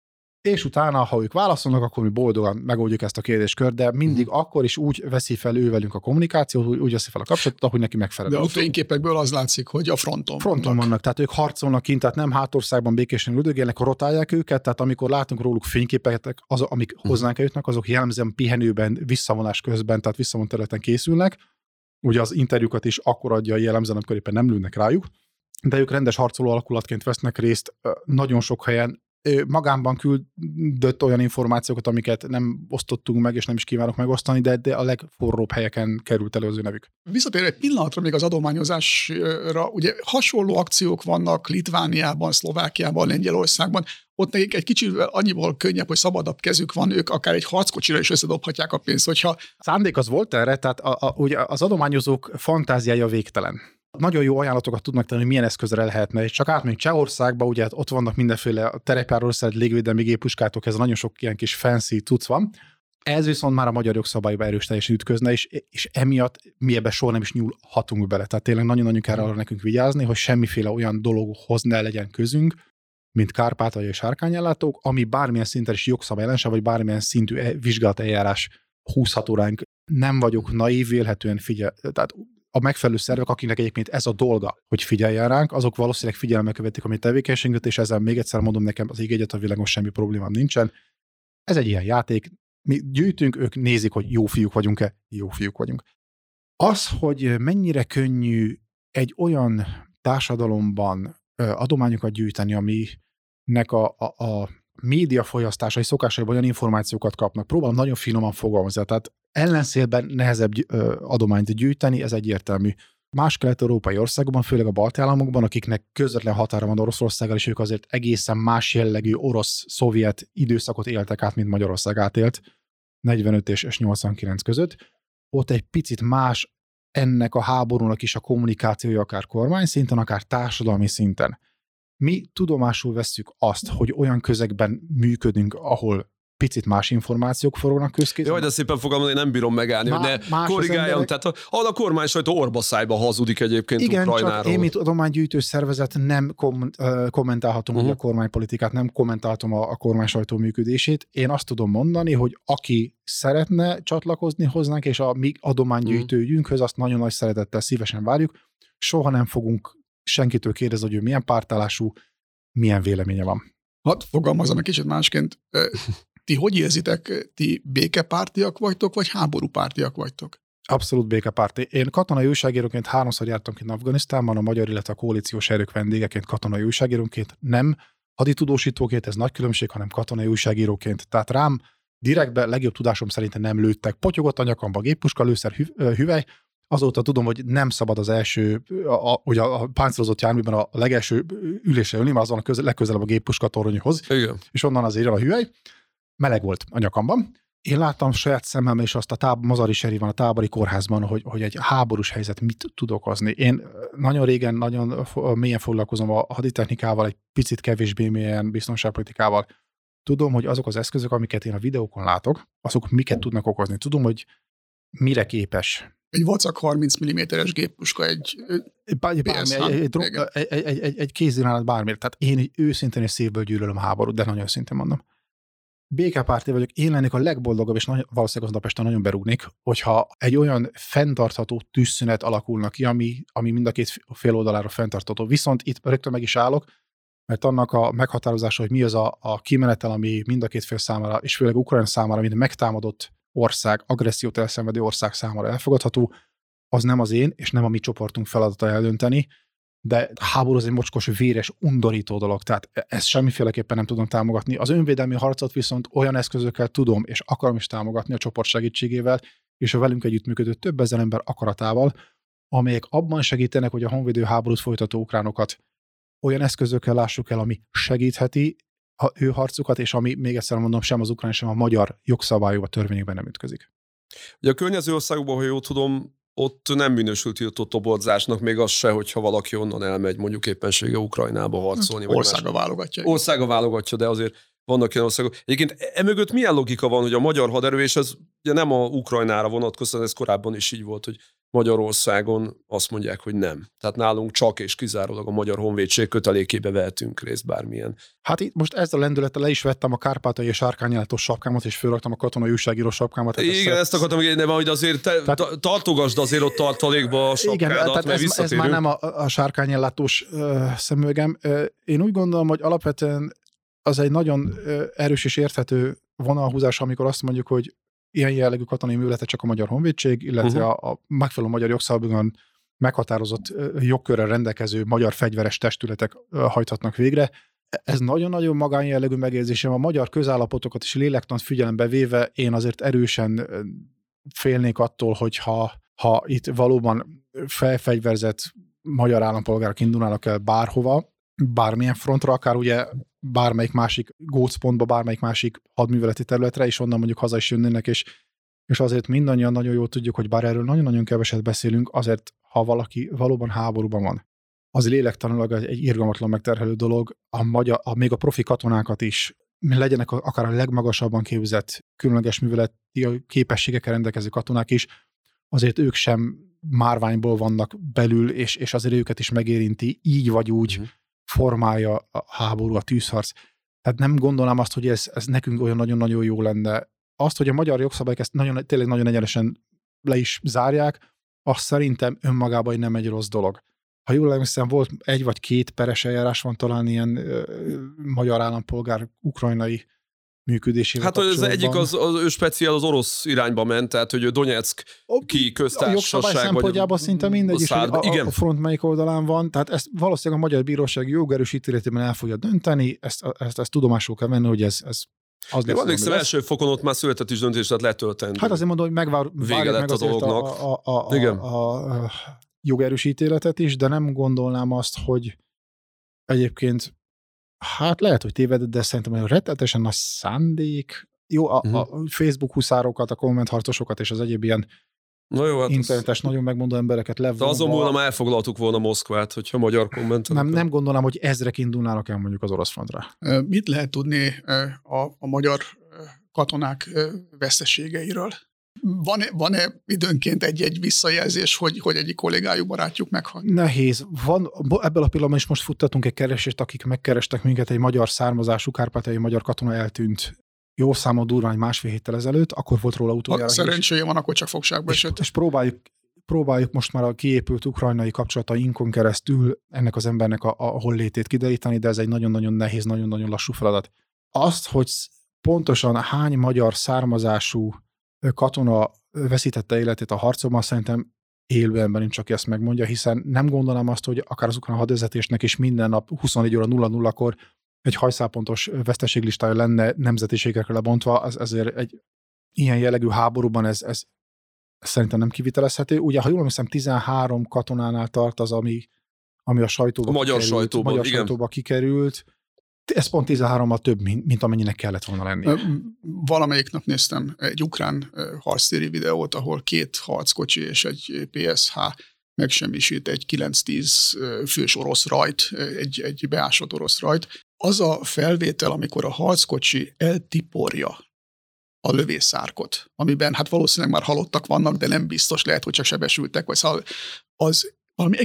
C: és utána, ha ők válaszolnak, akkor mi boldogan megoldjuk ezt a kérdéskört, de mindig akkor is úgy veszi fel ő velünk a kommunikációt, úgy veszi fel a kapcsolatot, ahogy neki megfelel.
D: De a fényképekből az látszik, hogy a fronton
C: vannak. Tehát ők harcolnak kint, tehát nem hátországban békésen üldögélnek, rotálják őket, tehát amikor látunk róluk fényképeket, amik hozzánk eljutnak, azok jellemzően pihenőben, visszavonás közben, tehát visszavont területen készülnek. Ugye az interjúkat is akkor adja jellemzően, amikor éppen nem lőnek rájuk, de ők rendes harcoló alakulatként vesznek részt nagyon sok helyen. Magámban küldött olyan információkat, amiket nem osztottunk meg, és nem is kívánok megosztani, de a legforróbb helyeken került elő az ő nevük.
D: Visszatérve egy pillanatra még az adományozásra, ugye hasonló akciók vannak Litvániában, Szlovákiában, Lengyelországban, ott nekik egy kicsivel annyiból könnyebb, hogy szabadabb kezük van, ők akár egy harckocsira is összedobhatják a pénzt, hogyha...
C: Szándék az volt erre, tehát ugye az adományozók fantáziája végtelen. Nagyon jó ajánlatokat tudnak tenni, hogy milyen eszközre lehetne, és csak átmegyünk Csehországba, ugye ott vannak mindenféle terepjárószered, légvédelmi gépuskátok, ez nagyon sok ilyen kis fancy cucc van. Ez viszont már a magyar jogszabályba erős teljesen ütközne, és emiatt mi ebbe soha nem is nyúlhatunk bele. Tehát tényleg nagyon-nagyon kell arra nekünk vigyázni, hogy semmiféle olyan dologhoz ne legyen közünk, mint Kárpátaljai és Sárkányellátók, ami bármilyen szinten is jogszabályellenes, vagy bármilyen szintű vizsgálateljárás húzható ránk. Nem vagyok naív, vélhetően tehát a megfelelő szervek, akinek egyébként ez a dolga, hogy figyeljen ránk, azok valószínűleg figyelemmel követik a mi tevékenységünket, és ezzel még egyszer mondom, nekem az ég a világon semmi problémám nincsen. Ez egy ilyen játék, mi gyűjtünk, ők nézik, hogy jó fiúk vagyunk-e, jó fiúk vagyunk. Az, hogy mennyire könnyű egy olyan társadalomban adományokat gyűjteni, aminek a média folyasztásai szokásaiban olyan információkat kapnak, próbálom nagyon finoman fogalmazni, tehát ellenszélben nehezebb adományt gyűjteni, ez egyértelmű. Más kelet-európai országokban, főleg a balti államokban, akiknek közvetlen határa van Oroszországgal, és ők azért egészen más jellegű orosz-szovjet időszakot éltek át, mint Magyarország átélt 45 és 89 között. ott egy picit más ennek a háborúnak is a kommunikációja, akár kormány szinten, akár társadalmi szinten. Mi tudomásul vesszük azt, hogy olyan közegben működünk, ahol picit más információk forognak közkézben.
B: Jaj, de szépen fogalmazni, én nem bírom megállni, hogy ne korrigáljam. Tehát ahol a kormány sajtó orba szájba hazudik egyébként Ukrajnáról. Igen,
C: csak én, mint adománygyűjtő szervezet nem kommentálhatom a kormánypolitikát, nem kommentálhatom a kormány sajtó működését. Én azt tudom mondani, hogy aki szeretne csatlakozni hozzánk, és a mi adománygyűjtőjünkhöz, azt nagyon nagy szeretettel szívesen várjuk. Soha nem fogunk senkitől kérdezni, hogy ő milyen pártállású, milyen véleménye van.
D: Hadd fogalmazom egy kicsit másként. Ti hogy érzitek? Ti békepártiak vagytok, vagy háborúpártiak vagytok?
C: Abszolút békepárti. Én katonai újságíróként 3-szor jártam ki Afganisztánban, a magyar, illetve a koalíciós erők vendégeként katonai újságíróként, nem haditudósítóként, ez nagy különbség, hanem katonai újságíróként. Tehát rám direktbe legjobb tudásom szerint nem lőttek. Potyogott a nyakamba géppuska, lőszer, hüvely. Azóta tudom, hogy nem szabad az első, hogy a páncélozott járműben a legelső ülésre ülni, mert az van legközelebb a géppuska toronyhoz, és onnan azért jön a hüvely. Meleg volt a nyakamban. Én láttam saját szemmel is azt a Mazari Seriban, a tábori kórházban, hogy egy háborús helyzet mit tud okozni. Én nagyon régen, nagyon mélyen foglalkozom a haditechnikával, egy picit kevésbé mélyen biztonságpolitikával. Tudom, hogy azok az eszközök, amiket én a videókon látok, azok miket tudnak okozni. Tudom, hogy mire képes.
D: Egy vacak 30 mm-es géppuska, egy
C: kéziránylat bármire. Tehát én őszintén és szívből gyűlölöm a háborút, de nagyon őszintén mondom. Békepárti vagyok, én lennék a legboldogabb, és valószínűleg az Budapesten nagyon berúgnék, hogyha egy olyan fenntartható tűzszünet alakulna ki, ami mind a két fél oldalára fenntartható. Viszont itt rögtön meg is állok, mert annak a meghatározása, hogy mi az a kimenetel, ami mind a két fél számára, és főleg Ukrajna számára, mint megtámadott ország, agressziót elszenvedő ország számára elfogadható, az nem az én, és nem a mi csoportunk feladata eldönteni, de háború az egy mocskos, véres, undorító dolog, tehát ezt semmiféleképpen nem tudom támogatni. Az önvédelmi harcot viszont olyan eszközökkel tudom, és akarom is támogatni a csoport segítségével, és a velünk együttműködő több ezer ember akaratával, amelyek abban segítenek, hogy a honvédő háborút folytató ukránokat olyan eszközökkel lássuk el, ami segítheti ő harcukat, és ami, még egyszer mondom, sem az ukrán, sem a magyar jogszabályokban, törvényekben nem ütközik.
B: Ugye a környező országokban, ha jól tudom, ott nem minősült tiltott toborzásnak, még az se, hogyha valaki onnan elmegy mondjuk éppensége Ukrajnába harcolni.
D: Országa válogatja.
B: Országa válogatja, de azért vannak ilyen országok. Egyébként emögött milyen logika van, hogy a magyar haderő, és ez ugye nem a Ukrajnára vonatkozóan, ez korábban is így volt, hogy Magyarországon azt mondják, hogy nem. Tehát nálunk csak és kizárólag a Magyar Honvédség kötelékébe vehetünk részt bármilyen.
C: Hát itt most ezzel a lendülettel le is vettem a kárpátaljai sárkánylátós sapkámat, és fölraktam a katonai újságíró sapkámat.
B: Igen, ezt akartam mondani, de hogy azért tartogasd azért ott tartalékba a sapkádat,
C: igen, tehát ez már nem a sárkányellátós szemüvegem. Én úgy gondolom, hogy alapvetően az egy nagyon erős és érthető vonalhúzás, amikor azt mondjuk, hogy ilyen jellegű katonai műveletet csak a Magyar Honvédség, illetve a megfelelő magyar jogszabályban meghatározott jogkörrel rendelkező magyar fegyveres testületek hajthatnak végre. Ez nagyon-nagyon magánjellegű megérzésem. A magyar közállapotokat és lélektant figyelembe véve én azért erősen félnék attól, hogyha itt valóban felfegyverzett magyar állampolgárok indulnának el bárhova, bármilyen frontra, akár ugye bármelyik másik gócpontba, bármelyik másik hadműveleti területre, és onnan mondjuk haza is jönnének, és azért mindannyian nagyon jól tudjuk, hogy bár erről nagyon-nagyon keveset beszélünk, azért, ha valaki valóban háborúban van, az lélektanilag egy irgalmatlan megterhelő dolog, még a profi katonákat is, legyenek akár a legmagasabban képzett, különleges műveleti képességekkel rendelkező katonák is, azért ők sem márványból vannak belül, és azért őket is megérinti, így vagy úgy formálja a háború, a tűzharc. Tehát nem gondolnám azt, hogy ez nekünk olyan nagyon-nagyon jó lenne. Azt, hogy a magyar jogszabályok ezt tényleg nagyon egyenesen le is zárják, azt szerintem önmagában nem egy rossz dolog. Ha jól emlékszem, volt 1 vagy 2 peres eljárás van talán ilyen magyar állampolgár ukrajnai működésével.
B: Hát az egyik az speciál az orosz irányba ment, tehát hogy Donetsk köztársaság.
C: A jogszabály szempontjában szinte mindegy is, hogy a front melyik oldalán van, tehát ezt valószínűleg a Magyar Bíróság jogerős ítéletében el fogja dönteni, ezt tudomásul kell venni, hogy ez az lesz.
B: Emlékszem, első fokon ott már született is döntés, tehát letölteni.
C: Hát azért mondom, hogy várjuk meg azért a jogerős ítéletet is, de nem gondolnám azt, hogy egyébként hát lehet, hogy tévedett, de szerintem olyan rettenetesen nagy szándék. Jó, a Facebook huszárokat, a kommentharcosokat és az egyéb ilyen
B: Na jó, hát
C: internetes, nagyon megmondó embereket levonva.
B: azon múlva már elfoglaltuk volna Moszkvát, hogyha magyar kommentelők.
C: Nem gondolom, hogy ezrek indulnának el mondjuk az orosz frontra.
D: Mit lehet tudni a magyar katonák veszteségeiről? Van-e időnként egy visszajelzés, hogy egyik kollégájuk, barátjuk meghalt?
C: Nehéz. Van, ebből a pillanatban is most futtatunk egy keresést, akik megkerestek minket, egy magyar származású kárpátaljai magyar katona eltűnt. Jó számon durván egy másfél héttel ezelőtt, akkor volt róla utoljára.
D: Szerencséje van, akkor csak fogságba esett.
C: És próbáljuk most már a kiépült ukrajnai kapcsolatainkon keresztül ennek az embernek a hollétét kideríteni, de ez egy nagyon-nagyon nehéz, nagyon-nagyon lassú feladat. Azt, hogy pontosan hány magyar származású katona veszítette életét a harcokban, szerintem élő ember nincs, aki ezt megmondja, hiszen nem gondolom azt, hogy akár az ukrán hadvezetésnek is minden nap 24 óra 00-kor egy hajszálpontos veszteséglistája lenne nemzetiségekre lebontva, ezért egy ilyen jellegű háborúban ez szerintem nem kivitelezhető. Ugye, ha jól emlékszem, 13 katonánál tart az, ami a sajtóba
B: magyar
C: sajtóba kikerült. Ez pont 13-mal több, mint amennyinek kellett volna lenni.
D: Valamelyik nap néztem egy ukrán harctéri videót, ahol 2 harckocsi és egy PSH megsemmisít egy 9-10 fős orosz rajt, egy beásott orosz rajt. Az a felvétel, amikor a harckocsi eltiporja a lövészárkot, amiben hát valószínűleg már halottak vannak, de nem biztos, lehet, hogy csak sebesültek, vagy szóval az valami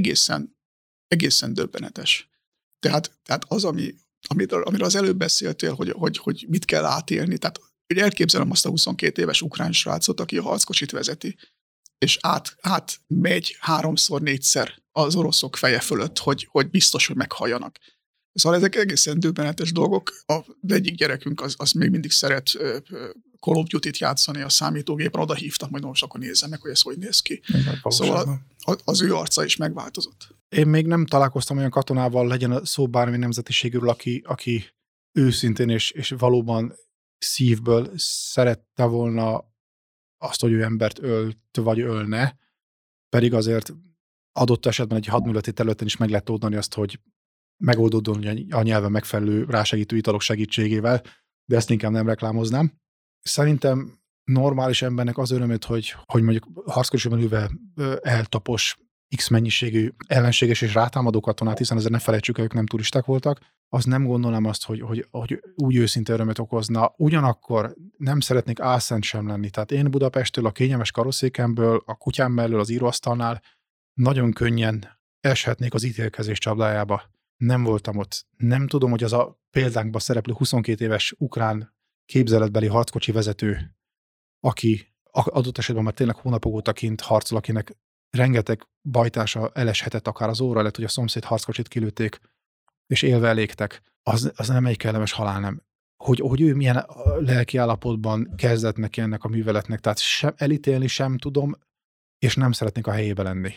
D: egészen döbbenetes. Tehát az, amiről az előbb beszéltél, hogy mit kell átélni, tehát ugye elképzelem azt a 22 éves ukrán srácot, aki a harckocsit vezeti, és átmegy 3-4-szer az oroszok feje fölött, hogy biztos, hogy meghalljanak. Szóval ezek egészen döbbenetes dolgok. Az egyik gyerekünk az még mindig szeret Call of Duty-t játszani a számítógépen, oda hívtam, majd most akkor nézzem meg, hogy ez hogy néz ki. Szóval az ő arca is megváltozott.
C: Én még nem találkoztam olyan katonával, legyen szó bármi nemzetiségről, aki őszintén és valóban szívből szerette volna azt, hogy ő embert ölt vagy ölne, pedig adott esetben egy hadműveleti területen is meg lehet oldani azt, hogy megoldódjon a nyelven megfelelő rásegítő italok segítségével, de ezt inkább nem reklámoznám. Szerintem normális embernek az örömét, hogy mondjuk harckocsiban ülve eltapos X mennyiségű ellenséges és rátámadó katonát, hiszen ezzel ne felejtsük el, ők nem turisták voltak, az nem gondolom azt, hogy úgy őszinte örömet okozna. Ugyanakkor nem szeretnék álszent sem lenni. Tehát én Budapesttől, a kényelmes karosszékemből, a kutyám mellől, az íróasztalnál nagyon könnyen eshetnék az ítélkezés csapdájába. Nem voltam ott. Nem tudom, hogy az a példánkban szereplő 22 éves ukrán képzeletbeli harckocsi vezető, aki adott esetben már tényleg hónapok óta kint harcol, akinek rengeteg bajtása eleshetett akár az óra előtt, hogy a szomszéd harckocsit kilőtték, és élve elégtek. Az nem egy kellemes halál, nem. Hogy ő milyen lelki állapotban kezdett neki ennek a műveletnek, tehát sem elítélni sem tudom, és nem szeretnék a helyébe lenni.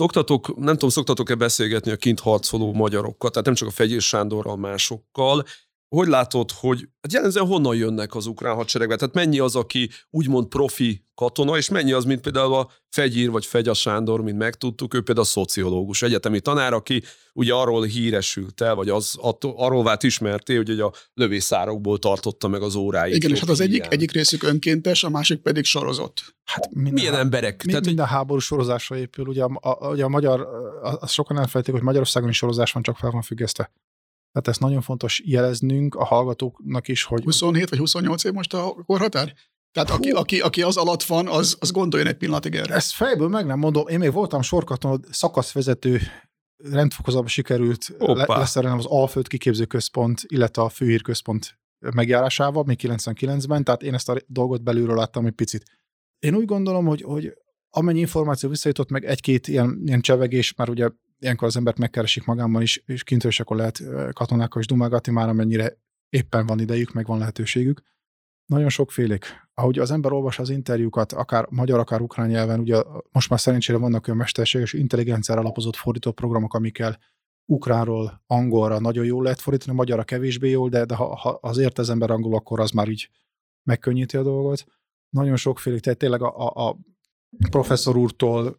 B: Szoktatok-e beszélgetni a kint harcoló magyarokkal, tehát nem csak a Fegyér Sándorral, másokkal. Hogy látod, hogy jellemzően honnan jönnek az ukrán hadseregbe? Tehát mennyi az, aki úgymond profi katona, és mennyi az, mint például a Fegyér vagy Fegya Sándor, mint megtudtuk, ő például a szociológus, egyetemi tanár, aki ugye arról híresült el, vagy arról vált ismerté, hogy a lövészárokból tartotta meg az óráit.
D: Igen, és hát az egyik részük önkéntes, a másik pedig sorozott.
C: Hát
B: milyen emberek?
C: Minden háború sorozásra épül. Ugye a magyar, azt sokan elfelejtik, hogy Magyarországon is sorozás van, csak fel van függesztve. Tehát ezt nagyon fontos jeleznünk a hallgatóknak is, hogy...
D: 27 vagy 28 év most a korhatár? Tehát aki az alatt van, az gondoljon egy pillanatig erre.
C: Ezt fejből meg nem mondom. Én még voltam sorkatona, szakaszvezető, rendfokozatban sikerült leszerelnem az Alföld Kiképző Központ, illetve a Főhírközpont megjárásával, még 99-ben, tehát én ezt a dolgot belülről láttam egy picit. Én úgy gondolom, hogy amennyi információ visszajutott, meg egy-két ilyen csevegés, már ugye ilyenkor az embert megkeresik magámban is, és kintről is akkor lehet katonákkal is dumálgatni, már amennyire éppen van idejük, meg van lehetőségük. Nagyon sokfélék. Ahogy az ember olvas az interjúkat, akár magyar, akár ukrán nyelven, ugye most már szerencsére vannak olyan mesterséges, intelligenciára alapozott fordító programok, amikkel ukránról angolra nagyon jól lehet fordítani, magyarra kevésbé jól, de ha az ért az ember angol, akkor az már így megkönnyíti a dolgot. Nagyon sokfélék, tehát tényleg a professzor úrtól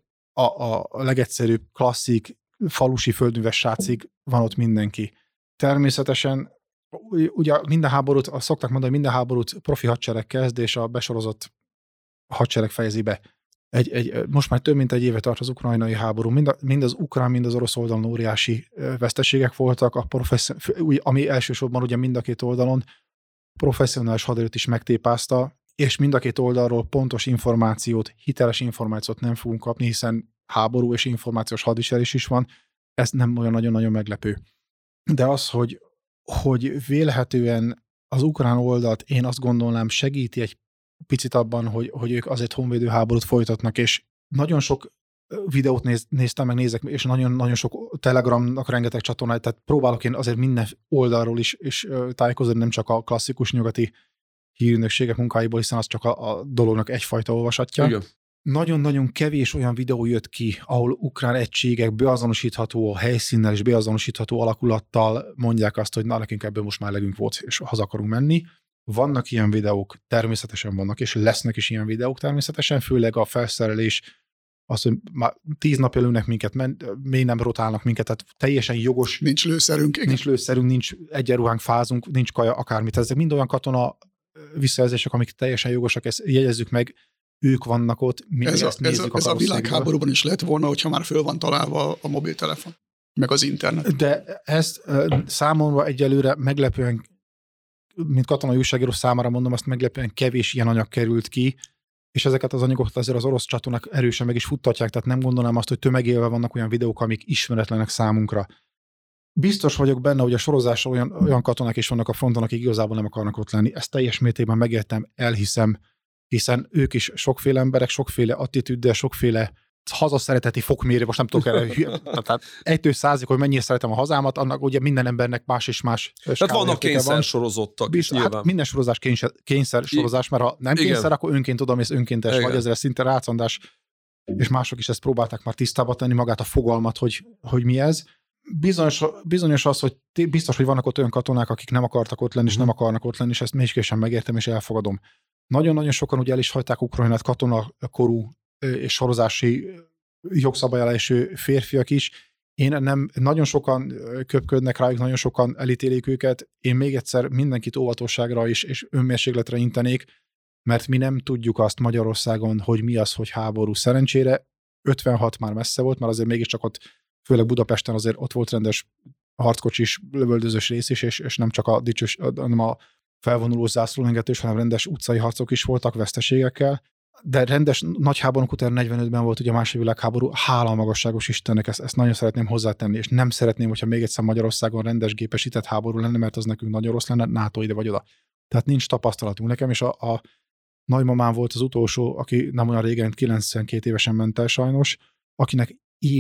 C: a legegyszerűbb klasszik falusi földműves srácig van ott mindenki. Természetesen ugye minden háborút, szokták mondani, hogy minden háborút profi hadsereg kezd, és a besorozott hadsereg fejezi be. most már több mint egy éve tart az ukrajnai háború. Mind az ukrán, mind az orosz oldalon óriási veszteségek voltak, ami elsősorban ugye mind a két oldalon professzionális haderőt is megtépázta, és mind a két oldalról pontos információt, hiteles információt nem fogunk kapni, hiszen háború és információs hadviselés is van. Ez nem olyan nagyon-nagyon meglepő. De az, hogy vélhetően az ukrán oldalt én azt gondolnám segíti egy picit abban, hogy ők azért honvédő háborút folytatnak, és nagyon sok videót néztem, meg nézek, és nagyon sok Telegramnak rengeteg csatornát, tehát próbálok én azért minden oldalról is tájékozódni, nem csak a klasszikus nyugati hírügynökségek munkáiból, hiszen az csak a dolognak egyfajta olvasatja.
B: Igen.
C: Nagyon-nagyon kevés olyan videó jött ki, ahol ukrán egységek beazonosítható helyszínnel és beazonosítható alakulattal mondják azt, hogy na, nekünk ebből most már elegünk volt, és haza akarunk menni. Vannak ilyen videók, természetesen vannak, és lesznek is ilyen videók természetesen, főleg a felszerelés, az, hogy már 10 napja lőnek minket, még nem rotálnak minket, tehát teljesen jogos.
D: Nincs lőszerünk,
C: nincs egyenruhánk, fázunk, nincs kaja, akármit. Ezek mind olyan katona visszajelzések, amik teljesen jogosak, ezt jegyezzük meg, ők vannak ott, mi ezt nézzük.
D: Ez a világháborúban is lett volna, hogyha már föl van találva a mobiltelefon, meg az internet.
C: De ezt számomra egyelőre meglepően, mint katonai újságíró számára mondom, azt meglepően kevés ilyen anyag került ki, és ezeket az anyagokat azért az orosz csatornák erősen meg is futtatják, tehát nem gondolnám azt, hogy tömegélve vannak olyan videók, amik ismeretlenek számunkra. Biztos vagyok benne, hogy a sorozásra olyan katonák is vannak a fronton, akik igazából nem akarnak ott lenni. Ezt teljes mértékben megértem, elhiszem, hiszen ők is sokféle emberek, sokféle attitűddel, sokféle hazaszereteti fokmérő, most nem tudok erre, tehát 1-100-ig, hogy mennyire szeretem a hazámat, annak ugye minden embernek más és más.
B: Tehát vannak kényszer sorozottak is nyilván.
C: Hát minden sorozás kényszer sorozás, mert ha nem kényszer, akkor önként tudom, és önkéntes vagy, ezzel szinte rácandás, és mások is ezt próbálták már tisztába tenni magát a fogalmat, hogy mi ez. Bizonyos az, hogy biztos, hogy vannak ott olyan katonák, akik nem akartak ott lenni, és nem akarnak ott lenni, és ezt mégiscsen megértem, és elfogadom. Nagyon-nagyon sokan ugye el is hagyták Ukrajnát katonakorú és sorozási jogszabályelésű férfiak is. Nagyon sokan köpködnek rájuk, nagyon sokan elítélik őket. Én még egyszer mindenkit óvatosságra és önmérsékletre intenék, mert mi nem tudjuk azt Magyarországon, hogy mi az, hogy háború. Szerencsére 56 már messze volt, mert azért mégiscsak ott, főleg Budapesten azért ott volt rendes harckocsis, lövöldözős rész is, és nem csak hanem a felvonuló zászlólengetős, hanem rendes utcai harcok is voltak veszteségekkel. De rendes nagy háborúk után 45-ben volt ugye a második világháború, hála a magasságos Istennek, ezt nagyon szeretném hozzátenni, és nem szeretném, hogyha még egyszer Magyarországon rendes gépesített háború lenne, mert az nekünk nagyon rossz lenne, NATO ide vagy oda. Tehát nincs tapasztalatunk nekem, és a nagymamám volt az utolsó, aki nem olyan régen, 92 évesen ment el sajnos, akinek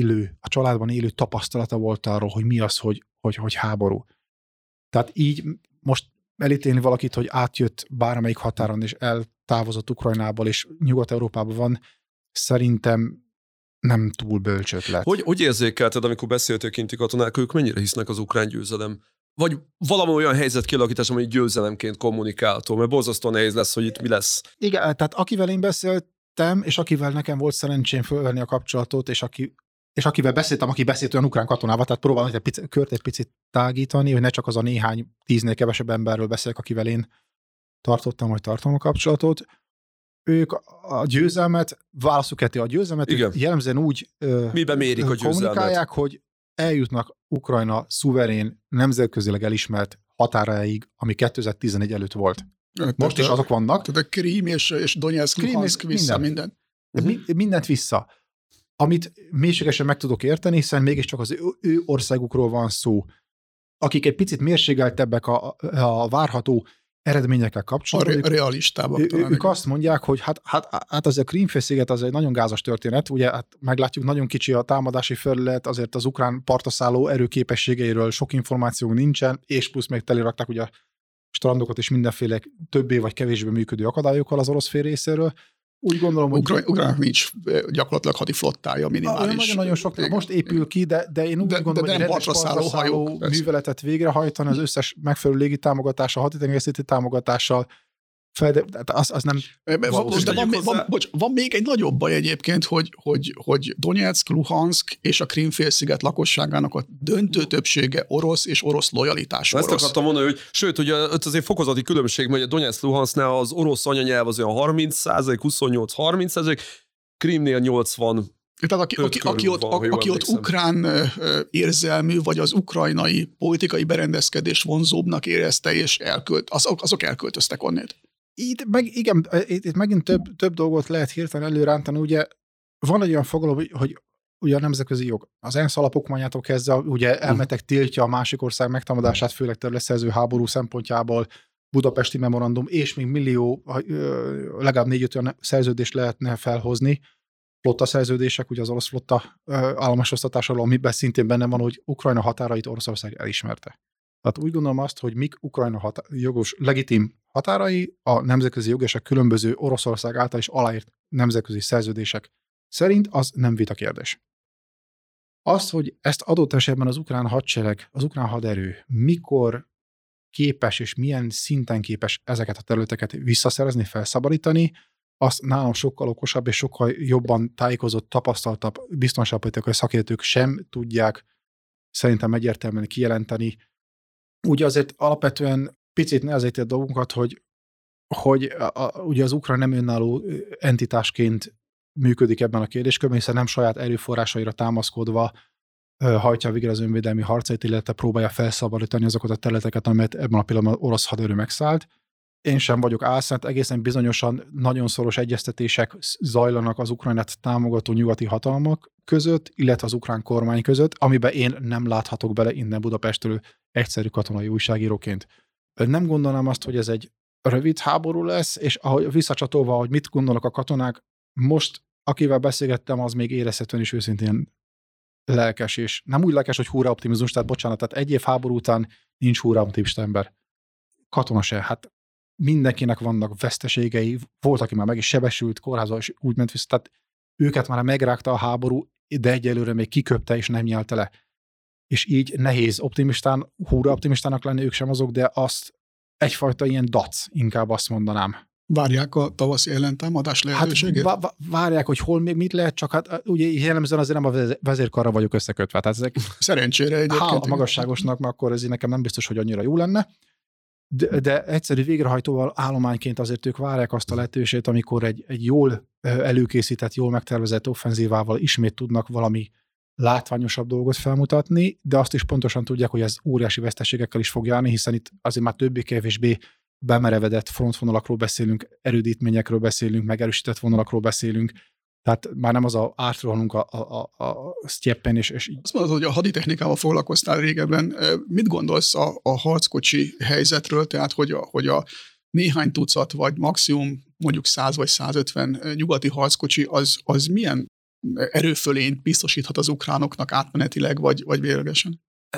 C: a családban élő tapasztalata volt arról, hogy mi az, hogy háború. Tehát így most elítélni valakit, hogy átjött bármelyik határon, és eltávozott Ukrajnából, és Nyugat-Európában van, szerintem nem túl bölcs ötlet.
B: Hogy érzékelted, amikor beszéltök kinti katonák, ők mennyire hisznek az ukrán győzelem? Vagy valami olyan helyzet kialakítás, ami győzelemként kommunikálható, mert borzasztóan nehéz lesz, hogy itt mi lesz.
C: Igen, tehát akivel én beszéltem, és akivel nekem volt szerencsém fölvenni a kapcsolatot, és akivel beszéltem, aki beszélt olyan ukrán katonával, tehát próbálom egy picit tágítani, hogy ne csak az a néhány 10-nél kevesebb emberről beszélek, akivel én tartom a kapcsolatot. Ők a győzelmet, válaszuk a győzelmet, jellemzően úgy
B: miben mérik a
C: kommunikálják, hogy eljutnak Ukrajna szuverén, nemzetközileg elismert határáig, ami 2011 előtt volt. Most is azok vannak.
D: Tehát a Krím és Donetsk, Luhansk vissza minden.
C: Mindent vissza. Amit mélységesen meg tudok érteni, hiszen mégiscsak az ő országukról van szó, akik egy picit mérségeltebbek a várható eredményekkel kapcsolatban.
D: A realistábbak.
C: Ők azt mondják, hogy hát az a Krím-félsziget az egy nagyon gázas történet, ugye hát meglátjuk, nagyon kicsi a támadási felület, azért az ukrán partaszálló erőképességeiről sok információnk nincsen, és plusz még telirakták ugye a strandokat és mindenféle többé vagy kevésbé működő akadályokkal az orosz fél részéről. Úgy gondolom, hogy...
D: Ukránnak nincs gyakorlatilag hadiflottája minimális.
C: Nagyon sok, most épül ki, de én úgy gondolom, hogy rendes partraszálló műveletet végrehajtani az összes megfelelő légi támogatással, haditengerészeti támogatással, az nem...
D: Van még egy nagyobb baj egyébként, hogy Donetsk, Luhansk és a Krím-félsziget lakosságának a döntő többsége orosz és orosz lojalitás orosz.
B: Ezt akartam mondani, hogy sőt, hogy azért fokozati különbség, hogy a Donetsk, Luhansknál az orosz anyanyelv az olyan 30%, 28-30%, Krímnél 80.
D: Tehát aki ott ukrán érzelmű, vagy az ukrajnai politikai berendezkedés vonzóbbnak érezte, és azok elköltöztek onnét.
C: Itt megint több dolgot lehet hirtelen előrántani. Ugye van egy olyan fogalom, hogy ugye a nemzetközi jog. Az ENSZ alapokmányától kezdve ugye elmetek tiltja a másik ország megtámadását, főleg területszerző háború szempontjából, Budapesti memorandum, és még millió, legalább 4-5 olyan szerződést lehetne felhozni, flotta szerződések, ugye az orosz flotta államosítatásáról, amiben szintén benne van, hogy Ukrajna határait Oroszország elismerte. Tehát úgy gondolom azt, hogy mik Ukrajna jogos, legitim határai, a nemzetközi jog és a különböző Oroszország által is aláírt nemzetközi szerződések szerint az nem vita kérdés. Az, hogy ezt adott esetben az ukrán hadsereg, az ukrán haderő mikor képes és milyen szinten képes ezeket a területeket visszaszerezni, felszabadítani, azt nálam sokkal okosabb és sokkal jobban tájékozott, tapasztaltabb biztonságpolitikai szakértők sem tudják szerintem egyértelműen kijelenteni. Ugye azért alapvetően picit nehezíti a dolgunkat, hogy ugye az ukrán nem önálló entitásként működik ebben a kérdéskörben, hiszen nem saját erőforrásaira támaszkodva hajtja végre az önvédelmi harcait, illetve próbálja felszabadítani azokat a területeket, amelyet ebben a pillanatban orosz haderő megszállt. Én sem vagyok álszent, egészen bizonyosan nagyon szoros egyeztetések zajlanak az Ukrajnát támogató nyugati hatalmak között, illetve az ukrán kormány között, amiben én nem láthatok bele innen Budapestről egyszerű katonai újságíróként. Nem gondolnám azt, hogy ez egy rövid háború lesz, és ahogy visszacsatolva, hogy mit gondolnak a katonák, most, akivel beszélgettem, az még érezhetően is őszintén lelkes, és nem úgy lelkes, hogy hurrá optimizmus, tehát bocsánat, tehát egy év háború után nincs hurrá optimista ember. Katona se, hát mindenkinek vannak veszteségei, volt, aki már meg is sebesült, kórházba is úgy ment vissza, tehát őket már megrágta a háború, de egyelőre még kiköpte és nem nyelte le. És így nehéz hurrá optimistának lenni, ők sem azok, de azt egyfajta ilyen dac, inkább azt mondanám.
D: Várják a tavaszi ellentámadás lehetőségét?
C: Hát várják, hogy hol még mit lehet, csak hát ugye jellemzően azért nem a vezérkarra vagyok összekötve. Tehát ezek
D: szerencsére egyébként.
C: A magasságosnak, mert akkor ez nekem nem biztos, hogy annyira jó lenne. De egyszerű végrehajtóval állományként azért ők várják azt a lehetőséget, amikor egy jól előkészített, jól megtervezett offenzívával ismét tudnak valami látványosabb dolgot felmutatni, de azt is pontosan tudják, hogy ez óriási veszteségekkel is fog járni, hiszen itt azért már többé-kevésbé bemerevedett frontvonalakról beszélünk, erődítményekről beszélünk, megerősített vonalakról beszélünk, tehát már nem az átrohanunk a sztyeppen, és így.
D: Azt mondod, hogy a haditechnikával foglalkoztál régebben. Mit gondolsz a harckocsi helyzetről, tehát hogy a néhány tucat, vagy maximum mondjuk 100 vagy 150 nyugati harckocsi, az milyen erőfölényt biztosíthat az ukránoknak átmenetileg, vagy véglegesen?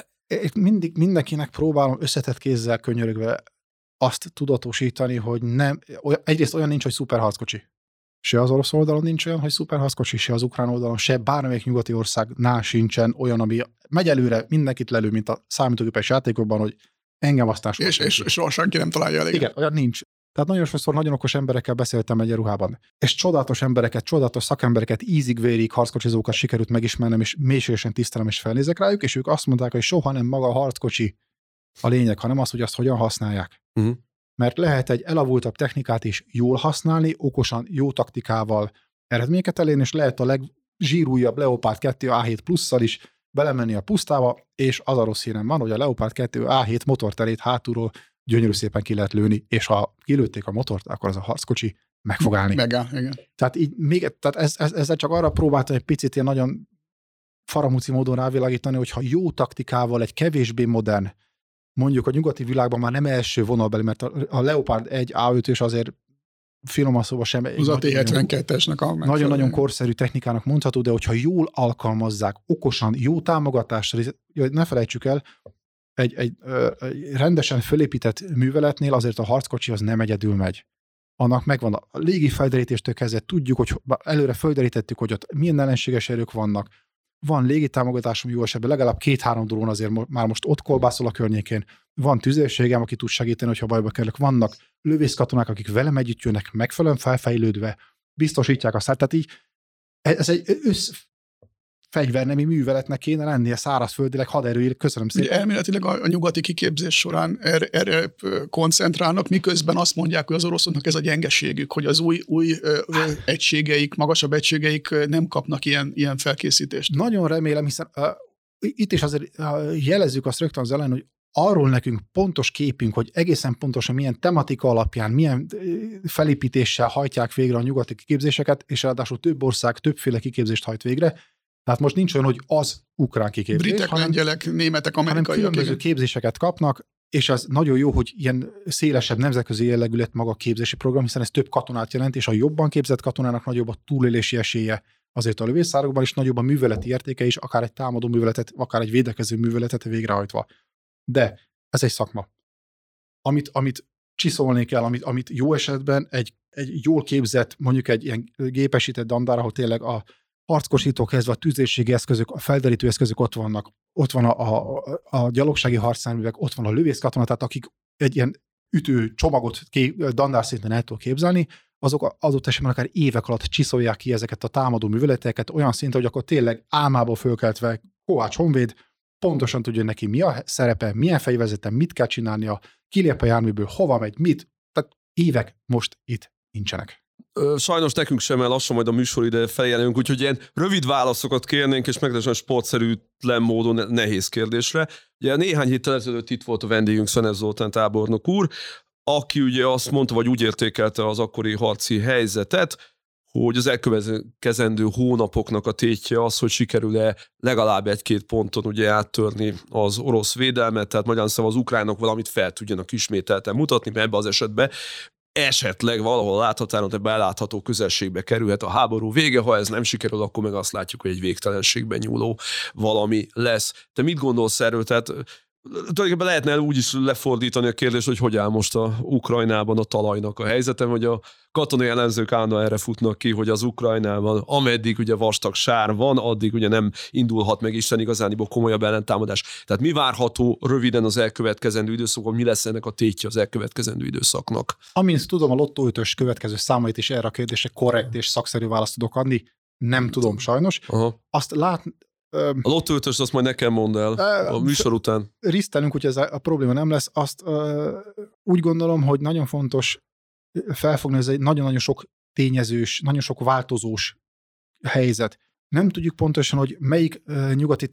C: Mindenkinek próbálom összetett kézzel könyörögve azt tudatosítani, hogy nem, egyrészt olyan nincs, hogy szuperharckocsi. Se az orosz oldalon nincs olyan, hogy szuperharckocsi, se az ukrán oldalon, se bármelyik nyugati országnál sincsen olyan, ami megy előre, mindenkit lelő, mint a számítógépes játékokban, hogy engem aztán
D: és soha senki nem találja elég.
C: Igen, olyan nincs. Tehát nagyon sokszor nagyon okos emberekkel beszéltem egyenruhában. És csodálatos embereket, csodálatos szakembereket, ízig-vérig harckocsizókat sikerült megismernem, és mélységesen tisztelem, és felnézek rájuk, és ők azt mondták, hogy soha nem maga a harckocsi a lényeg, hanem az, hogy azt hogyan használják. Uh-huh. Mert lehet egy elavultabb technikát is jól használni, okosan, jó taktikával eredményeket elérni, és lehet a legzsírújabb Leopard 2 A7 plusszal is belemenni a pusztába, és az a rossz hírem van, hogy a Leopard 2 A7 motorterét hátulról gyönyörű szépen ki lehet lőni, és ha kilőtték a motort, akkor az a harckocsi meg fog állni.
D: Megáll, igen.
C: Tehát így ezzel csak arra próbáltam egy picit ilyen nagyon faramúci módon rávilágítani, hogy ha jó taktikával egy kevésbé modern, mondjuk a nyugati világban már nem első vonalbeli, mert a Leopard 1 A5 és azért finoman szóval sem
D: az a T-72-esnek a
C: nagyon-nagyon korszerű technikának mondható, de hogyha jól alkalmazzák, okosan, jó támogatással, ne felejtsük el, egy rendesen fölépített műveletnél azért a harckocsi az nem egyedül megy. Annak megvan a légi felderítéstől kezdve, tudjuk, hogy előre földerítettük, hogy ott milyen ellenséges erők vannak. Van légitámogatásom jó esetben, legalább 2-3 drón azért már most ott kolbászol a környékén. Van tüzérségem, aki tud segíteni, hogyha bajba kerülök. Vannak lövészkatonák, akik velem együtt jönnek, megfelelően felfejlődve, biztosítják a szárt. Tehát így ez egy fegyvernemi műveletnek kéne lennie szárazföldileg, haderőileg. Köszönöm szépen.
D: Ugye elméletileg a nyugati kiképzés során erre koncentrálnak, miközben azt mondják, hogy az oroszoknak ez a gyengeségük, hogy az új egységeik, magasabb egységeik nem kapnak ilyen felkészítést.
C: Nagyon remélem, hiszen itt is azért jelezzük azt rögtön az elején, hogy arról nekünk pontos képünk, hogy egészen pontosan milyen tematika alapján, milyen felépítéssel hajtják végre a nyugati kiképzéseket, és ráadásul több ország többféle kiképzést hajt végre. Tehát most nincs olyan, hogy az ukrán kiképzés.
D: Britek, lengyelek, németek, amerikaiak.
C: Hanem különböző képzéseket kapnak, és az nagyon jó, hogy ilyen szélesebb nemzetközi jellegű lett maga a képzési program, hiszen ez több katonát jelent, és a jobban képzett katonának nagyobb a túlélési esélye azért a lövészárokban, is nagyobb a műveleti értéke is, akár egy támadó műveletet, akár egy védekező műveletet végrehajtva. De ez egy szakma. Amit csiszolni kell, amit jó esetben egy jól képzett, mondjuk egy ilyen gépesített dandár, ahol tényleg a harckosítók kezdve a tüzérségi eszközök, a felderítő eszközök ott vannak, ott van a gyalogsági harcjárművek, ott van a lövészkatona, tehát akik egy ilyen ütő csomagot dandár szinten el tud képzelni, azok adott esetben akár évek alatt csiszolják ki ezeket a támadó műveleteket olyan szinten, hogy akkor tényleg álmából fölkeltve Kovács Honvéd pontosan tudja neki mi a szerepe, milyen fegyverzeten, mit kell csinálnia, kilép a járműből, hova megy, mit. Tehát évek most itt nincsenek.
B: Sajnos nekünk sem, mert lassan majd a műsoride feljelünk, úgyhogy ilyen rövid válaszokat kérnénk, és meglehetősen sportszerűtlen módon nehéz kérdésre. Ugye néhány héttel ezelőtt itt volt a vendégünk, Szenes Zoltán tábornok úr, aki ugye azt mondta, vagy úgy értékelte az akkori harci helyzetet, hogy az elkövetkezendő hónapoknak a tétje az, hogy sikerül-e legalább 1-2 ponton ugye áttörni az orosz védelmet, tehát magyarán szóval az ukránok valamit fel tudjanak ismételten mutatni, mert ebben az esetben esetleg valahol láthatáron, de belátható közelségbe kerülhet a háború vége, ha ez nem sikerül, akkor meg azt látjuk, hogy egy végtelenségben nyúló valami lesz. Te mit gondolsz erről? Tehát tulajdonképpen lehetne úgy is lefordítani a kérdést, hogy áll most a Ukrajnában a talajnak a helyzete, hogy a katonai ellenzők állandóan erre futnak ki, hogy az Ukrajnában, ameddig ugye vastag sár van, addig ugye nem indulhat meg Isten igazániból komolyabb ellentámadás. Tehát mi várható röviden az elkövetkezendő időszakban, mi lesz ennek a tétje az elkövetkezendő időszaknak?
C: Amint tudom, a Lotto 5-ös következő számait is erre a kérdésre korrekt és szakszerű választ tudok adni. Nem tudom sajnos.
B: Aha.
C: Azt
B: a Lotto 5-öst azt majd nekem mondd el a műsor után.
C: Risztelünk, hogy ez a probléma nem lesz. Azt úgy gondolom, hogy nagyon fontos felfogni, ez egy nagyon-nagyon sok tényezős, nagyon sok változós helyzet. Nem tudjuk pontosan, hogy melyik nyugati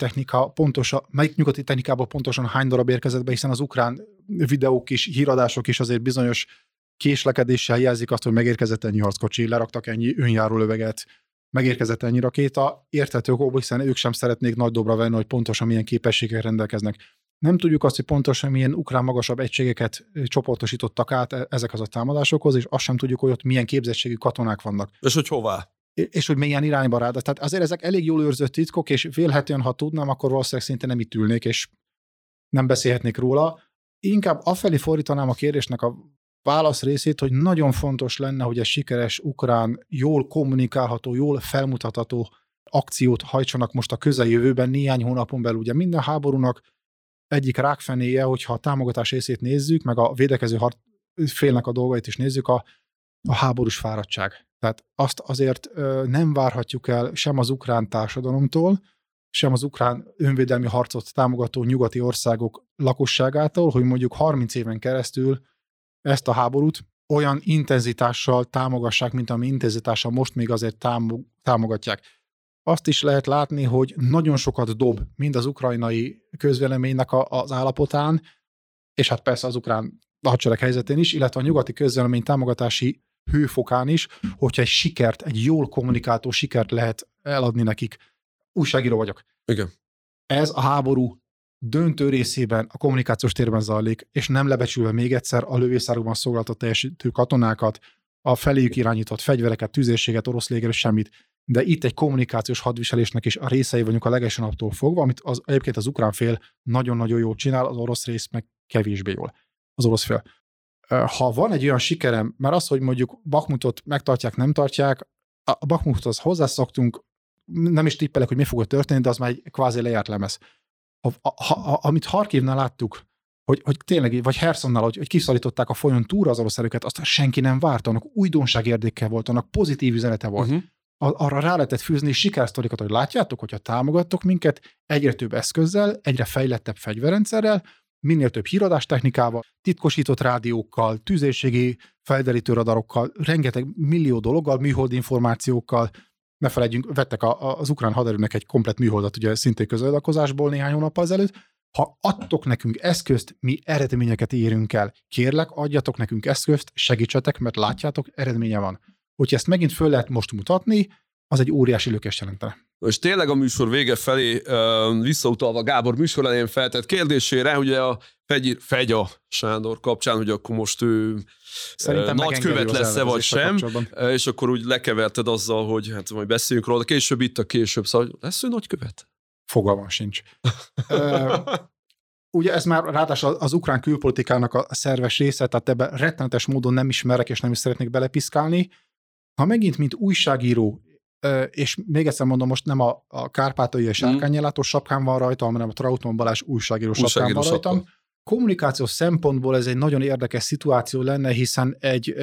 C: technikából pontosan hány darab érkezett be, hiszen az ukrán videók is, híradások is azért bizonyos késlekedéssel jelzik azt, hogy megérkezett ennyi harckocsi, leraktak ennyi önjáró löveget, megérkezett ennyi rakéta, érthető okokból, hiszen ők sem szeretnék nagy dobra venni, hogy pontosan milyen képességek rendelkeznek. Nem tudjuk azt, hogy pontosan milyen ukrán magasabb egységeket csoportosítottak át ezekhez a támadásokhoz, és azt sem tudjuk, hogy ott milyen képzettségű katonák vannak.
B: És hogy hová?
C: És hogy milyen irányba rád. Tehát azért ezek elég jól őrzött titkok, és vélhetően, ha tudnám, akkor valószínűleg szinte nem itt ülnék, és nem beszélhetnék róla. Inkább afelé fordítanám a kérdésnek a válasz részét, hogy nagyon fontos lenne, hogy egy sikeres ukrán, jól kommunikálható, jól felmutatható akciót hajtsanak most a közeljövőben, néhány hónapon belül. Ugye minden háborúnak egyik rákfenéje, hogyha a támogatás részét nézzük, meg a védekező félnek a dolgait is nézzük, a háborús fáradtság. Tehát azt azért nem várhatjuk el sem az ukrán társadalomtól, sem az ukrán önvédelmi harcot támogató nyugati országok lakosságától, hogy mondjuk 30 éven keresztül ezt a háborút olyan intenzitással támogassák, mint ami intenzitással most még azért támogatják. Azt is lehet látni, hogy nagyon sokat dob mind az ukrajnai közvéleménynek az állapotán, és hát persze az ukrán hadsereg helyzetén is, illetve a nyugati közvélemény támogatási hőfokán is, hogyha egy sikert, egy jól kommunikáltó sikert lehet eladni nekik. Újságíró vagyok.
B: Igen.
C: Ez a háború döntő részében a kommunikációs térben zajlik, és nem lebecsülve még egyszer a lövészárokban szolgáltató teljesítő katonákat, a feléjük irányított fegyvereket, tüzérséget, orosz légerős, semmit. De itt egy kommunikációs hadviselésnek is a részei vagyunk a legelső naptól fogva, amit egyébként az ukrán fél nagyon-nagyon jól csinál, az orosz rész meg kevésbé jól. Az orosz fél. Ha van egy olyan sikerem, mert az, hogy mondjuk Bakhmutot megtartják, nem tartják, a Bakhmuthoz hozzászoktunk, nem is tippelek, hogy mi fog történni, de az már egy kvázi lejárt lemez. Amit Harkivnál láttuk, hogy tényleg, vagy Hersonnál, hogy kiszorították a folyón túlra az orosz erőket, azt senki nem várta, annak újdonságérdéke volt, annak pozitív üzenete volt. arra rá lehetett fűzni sikersztorikat, hogy látjátok, hogyha támogattok minket egyre több eszközzel, egyre fejlettebb fegyverrendszerrel, minél több híradástechnikával, titkosított rádiókkal, tüzérségi felderítő radarokkal, rengeteg millió dologgal, műhold információkkal. Ne felejtjünk, vettek az ukrán haderőnek egy komplett műholdat, ugye szintén közadakozásból néhány hónappal ezelőtt. Ha adtok nekünk eszközt, mi eredményeket érünk el. Kérlek, adjatok nekünk eszközt, segítsetek, mert látjátok, eredménye van. Hogyha ezt megint föl lehet most mutatni, az egy óriási lökést jelentene.
B: És tényleg a műsor vége felé visszautalva Gábor műsor elején feltett kérdésére, ugye a Fegya Sándor kapcsán, hogy akkor most ő nagykövet lesz-e vagy sem, és akkor úgy lekeverted azzal, hogy hát majd beszéljünk róla, később, szóval lesz ő nagykövet?
C: Fogalmam sincs. Ugye ez már ráadásul az ukrán külpolitikának a szerves része, tehát ebben rettenetes módon nem ismerek és nem is szeretnék belepiszkálni. Ha megint, mint újságíró, és még egyszer mondom, most nem a kárpátaljai sárkányellátós sapkán van rajtam, hanem a Trautmann Balázs újságíró sapkán van rajtam. Kommunikációs szempontból ez egy nagyon érdekes szituáció lenne, hiszen egy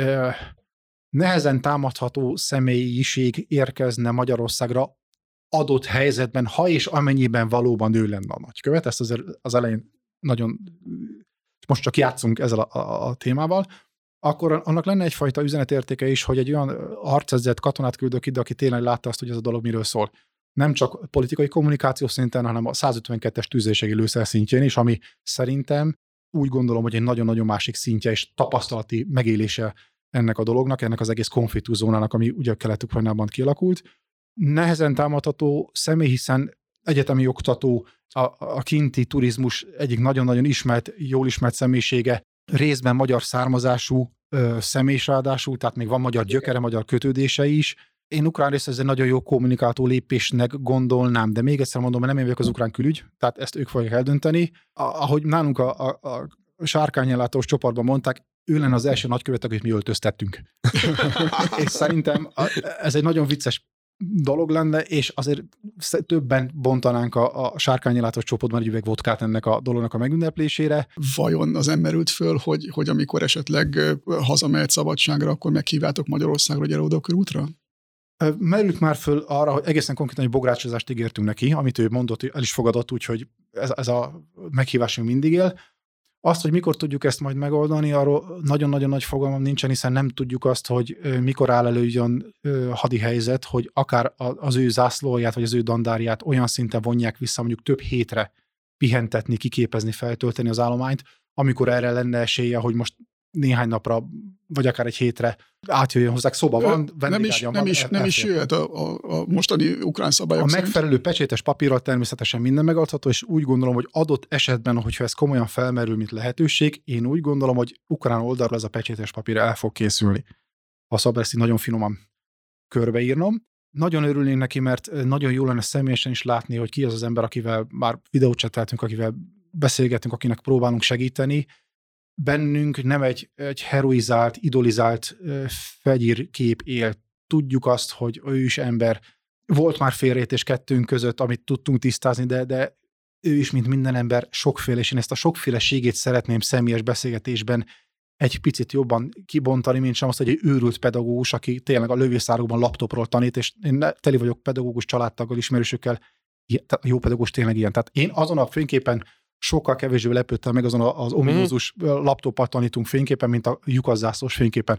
C: nehezen támadható személyiség érkezne Magyarországra adott helyzetben, ha és amennyiben valóban ő lenne a nagykövet. Ezt azért az elején nagyon, most csak játszunk ezzel a témával, akkor annak lenne egyfajta üzenetértéke is, hogy egy olyan harcedzett katonát küldök ide, aki tényleg látta azt, hogy ez a dolog miről szól. Nem csak politikai kommunikáció szinten, hanem a 152-es tűzérségi lőszer szintjén is, ami szerintem úgy gondolom, hogy egy nagyon-nagyon másik szintje és tapasztalati megélése ennek a dolognak, ennek az egész konfliktuszónának, ami ugye Kelet-Ukrajnában kialakult. Nehezen támadható személy, hiszen egyetemi oktató, a kinti turizmus egyik nagyon-nagyon ismert, jól ismert személyisége, részben magyar származású személy ráadásul, tehát még van magyar gyökere, magyar kötődése is. Én ukrán részt ez egy nagyon jó kommunikáló lépésnek gondolnám, de még egyszer mondom, mert nem én vagyok az ukrán külügy, tehát ezt ők fogják eldönteni. Ahogy nálunk a sárkányellátós csoportban mondták, ő lenne az első nagykövet, akit mi öltöztettünk. És szerintem ez egy nagyon vicces dolog lenne, és azért többen bontanánk a sárkányellátós csoportban egy üveg vodkát ennek a dolognak a megünneplésére.
D: Vajon az merült föl, hogy amikor esetleg hazamehet szabadságra, akkor meghívjátok Magyarországra, hogy oda a körútra?
C: Merült már föl arra, hogy egészen konkrétan egy bográcsozást ígértünk neki, amit ő mondott, el is fogadott, úgyhogy ez a meghívásunk mindig él. Azt, hogy mikor tudjuk ezt majd megoldani, arról nagyon-nagyon nagy fogalmam nincsen, hiszen nem tudjuk azt, hogy mikor áll elő olyan hadi helyzet, hogy akár az ő zászlóját, vagy az ő dandárját olyan szinten vonják vissza, mondjuk több hétre pihentetni, kiképezni, feltölteni az állományt, amikor erre lenne esélye, hogy most néhány napra, vagy akár egy hétre átjöjjön hozzák. Szóba van,
D: nem is jöhet a mostani ukrán szabályok
C: szerint. Megfelelő pecsétes papírral természetesen minden megoldható, és úgy gondolom, hogy adott esetben, hogyha ez komolyan felmerül, mint lehetőség, én úgy gondolom, hogy ukrán oldalról ez a pecsétes papír el fog készülni. Ha szabad ezt így nagyon finoman körbeírnom. Nagyon örülnék neki, mert nagyon jó lenne személyesen is látni, hogy ki az az ember, akivel már videócseteltünk, akivel beszélgetünk, akinek próbálunk segíteni. Bennünk nem egy heroizált, idolizált fegyírkép él. Tudjuk azt, hogy ő is ember. Volt már félreértés kettőnk között, amit tudtunk tisztázni, de ő is, mint minden ember, sokféle, és én ezt a sokféleségét szeretném személyes beszélgetésben egy picit jobban kibontani, mint sem azt, hogy egy őrült pedagógus, aki tényleg a lövészárokban laptopról tanít, és én teli vagyok pedagógus családtaggal, ismerősökkel, jó pedagógus tényleg ilyen. Tehát én azon a fényképen sokkal kevésbé lepődtem meg azon az ominózus laptoppal tanítunk fényképen, mint a lyukaszászlós fényképen.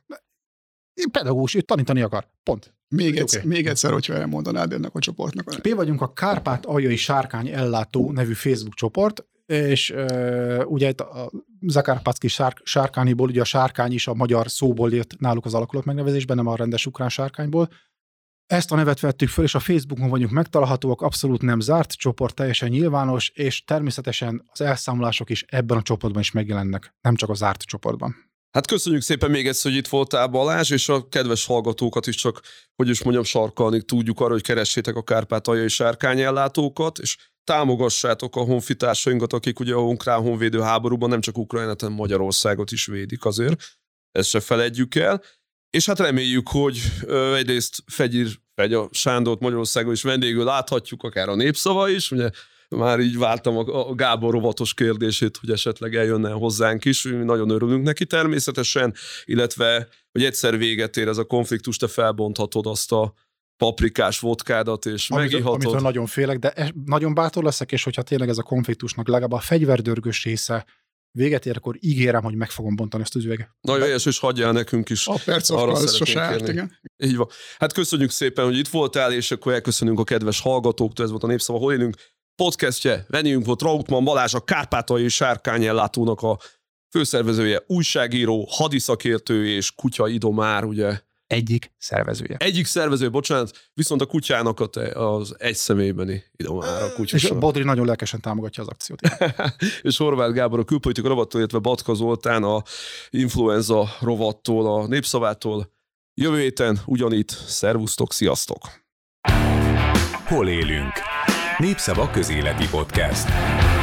C: Én pedagógus, ő tanítani akar. Pont.
D: Még egyszer, hogyha elmondanád ennek a csoportnak.
C: Mi vagyunk a Kárpátaljai Sárkány Ellátó nevű Facebook csoport, és ugye a Zakárpácki sárkányból, ugye a sárkány is a magyar szóból jött náluk az alakulat megnevezésben, nem a rendes ukrán sárkányból. Ezt a nevet vettük föl, és a Facebookon vagyunk megtalálhatóak, abszolút nem zárt csoport, teljesen nyilvános, és természetesen az elszámolások is ebben a csoportban is megjelennek, nem csak a zárt csoportban.
B: Hát köszönjük szépen még egyszer, hogy itt voltál, Balázs, és a kedves hallgatókat is csak, hogy is mondjam, sarkalni tudjuk arra, hogy keressétek a kárpátaljai sárkányellátókat, és támogassátok a honfitársainkat, akik ugye a ukrán honvédő háborúban nem csak Ukrajnát, hanem Magyarországot is védik azért. Ezt se feledjük el. És hát reméljük, hogy egyrészt Fegya Sándort Magyarországon is vendégül láthatjuk, akár a Népszava is, ugye már így vártam a Gábor rovatos kérdését, hogy esetleg eljönne hozzánk is, mi nagyon örülünk neki természetesen, illetve, hogy egyszer véget ér ez a konfliktus, te felbonthatod azt a paprikás vodkádat, és megihatod.
C: Amitől nagyon félek, de nagyon bátor leszek, és hogyha tényleg ez a konfliktusnak legalább a fegyverdörgős része véget ér, akkor ígérem, hogy meg fogom bontani ezt az üveget.
B: Nagyon helyes, és hagyjál nekünk is.
D: A percokkal az sose árt, igen.
B: Így van. Hát köszönjük szépen, hogy itt voltál, és akkor elköszönünk a kedves hallgatóktól. Ez volt a Népszava Hol élünk podcastje. Vendégünk volt Trautmann Balázs, a Kárpátaljai Sárkányellátónak a főszervezője, újságíró, hadiszakértő és kutyaidomár, ugye?
C: Egyik szervezője,
B: bocsánat, viszont a kutyának az egy személybeni idomára.
C: És Bodri nagyon lelkesen támogatja az akciót.
B: És Horváth Gábor a külpolitika rovattól, illetve Batka Zoltán a influenza rovattól, a Népszavától. Jövő héten ugyanitt, szervusztok, sziasztok!
A: Hol élünk? Népszava közéleti podcast.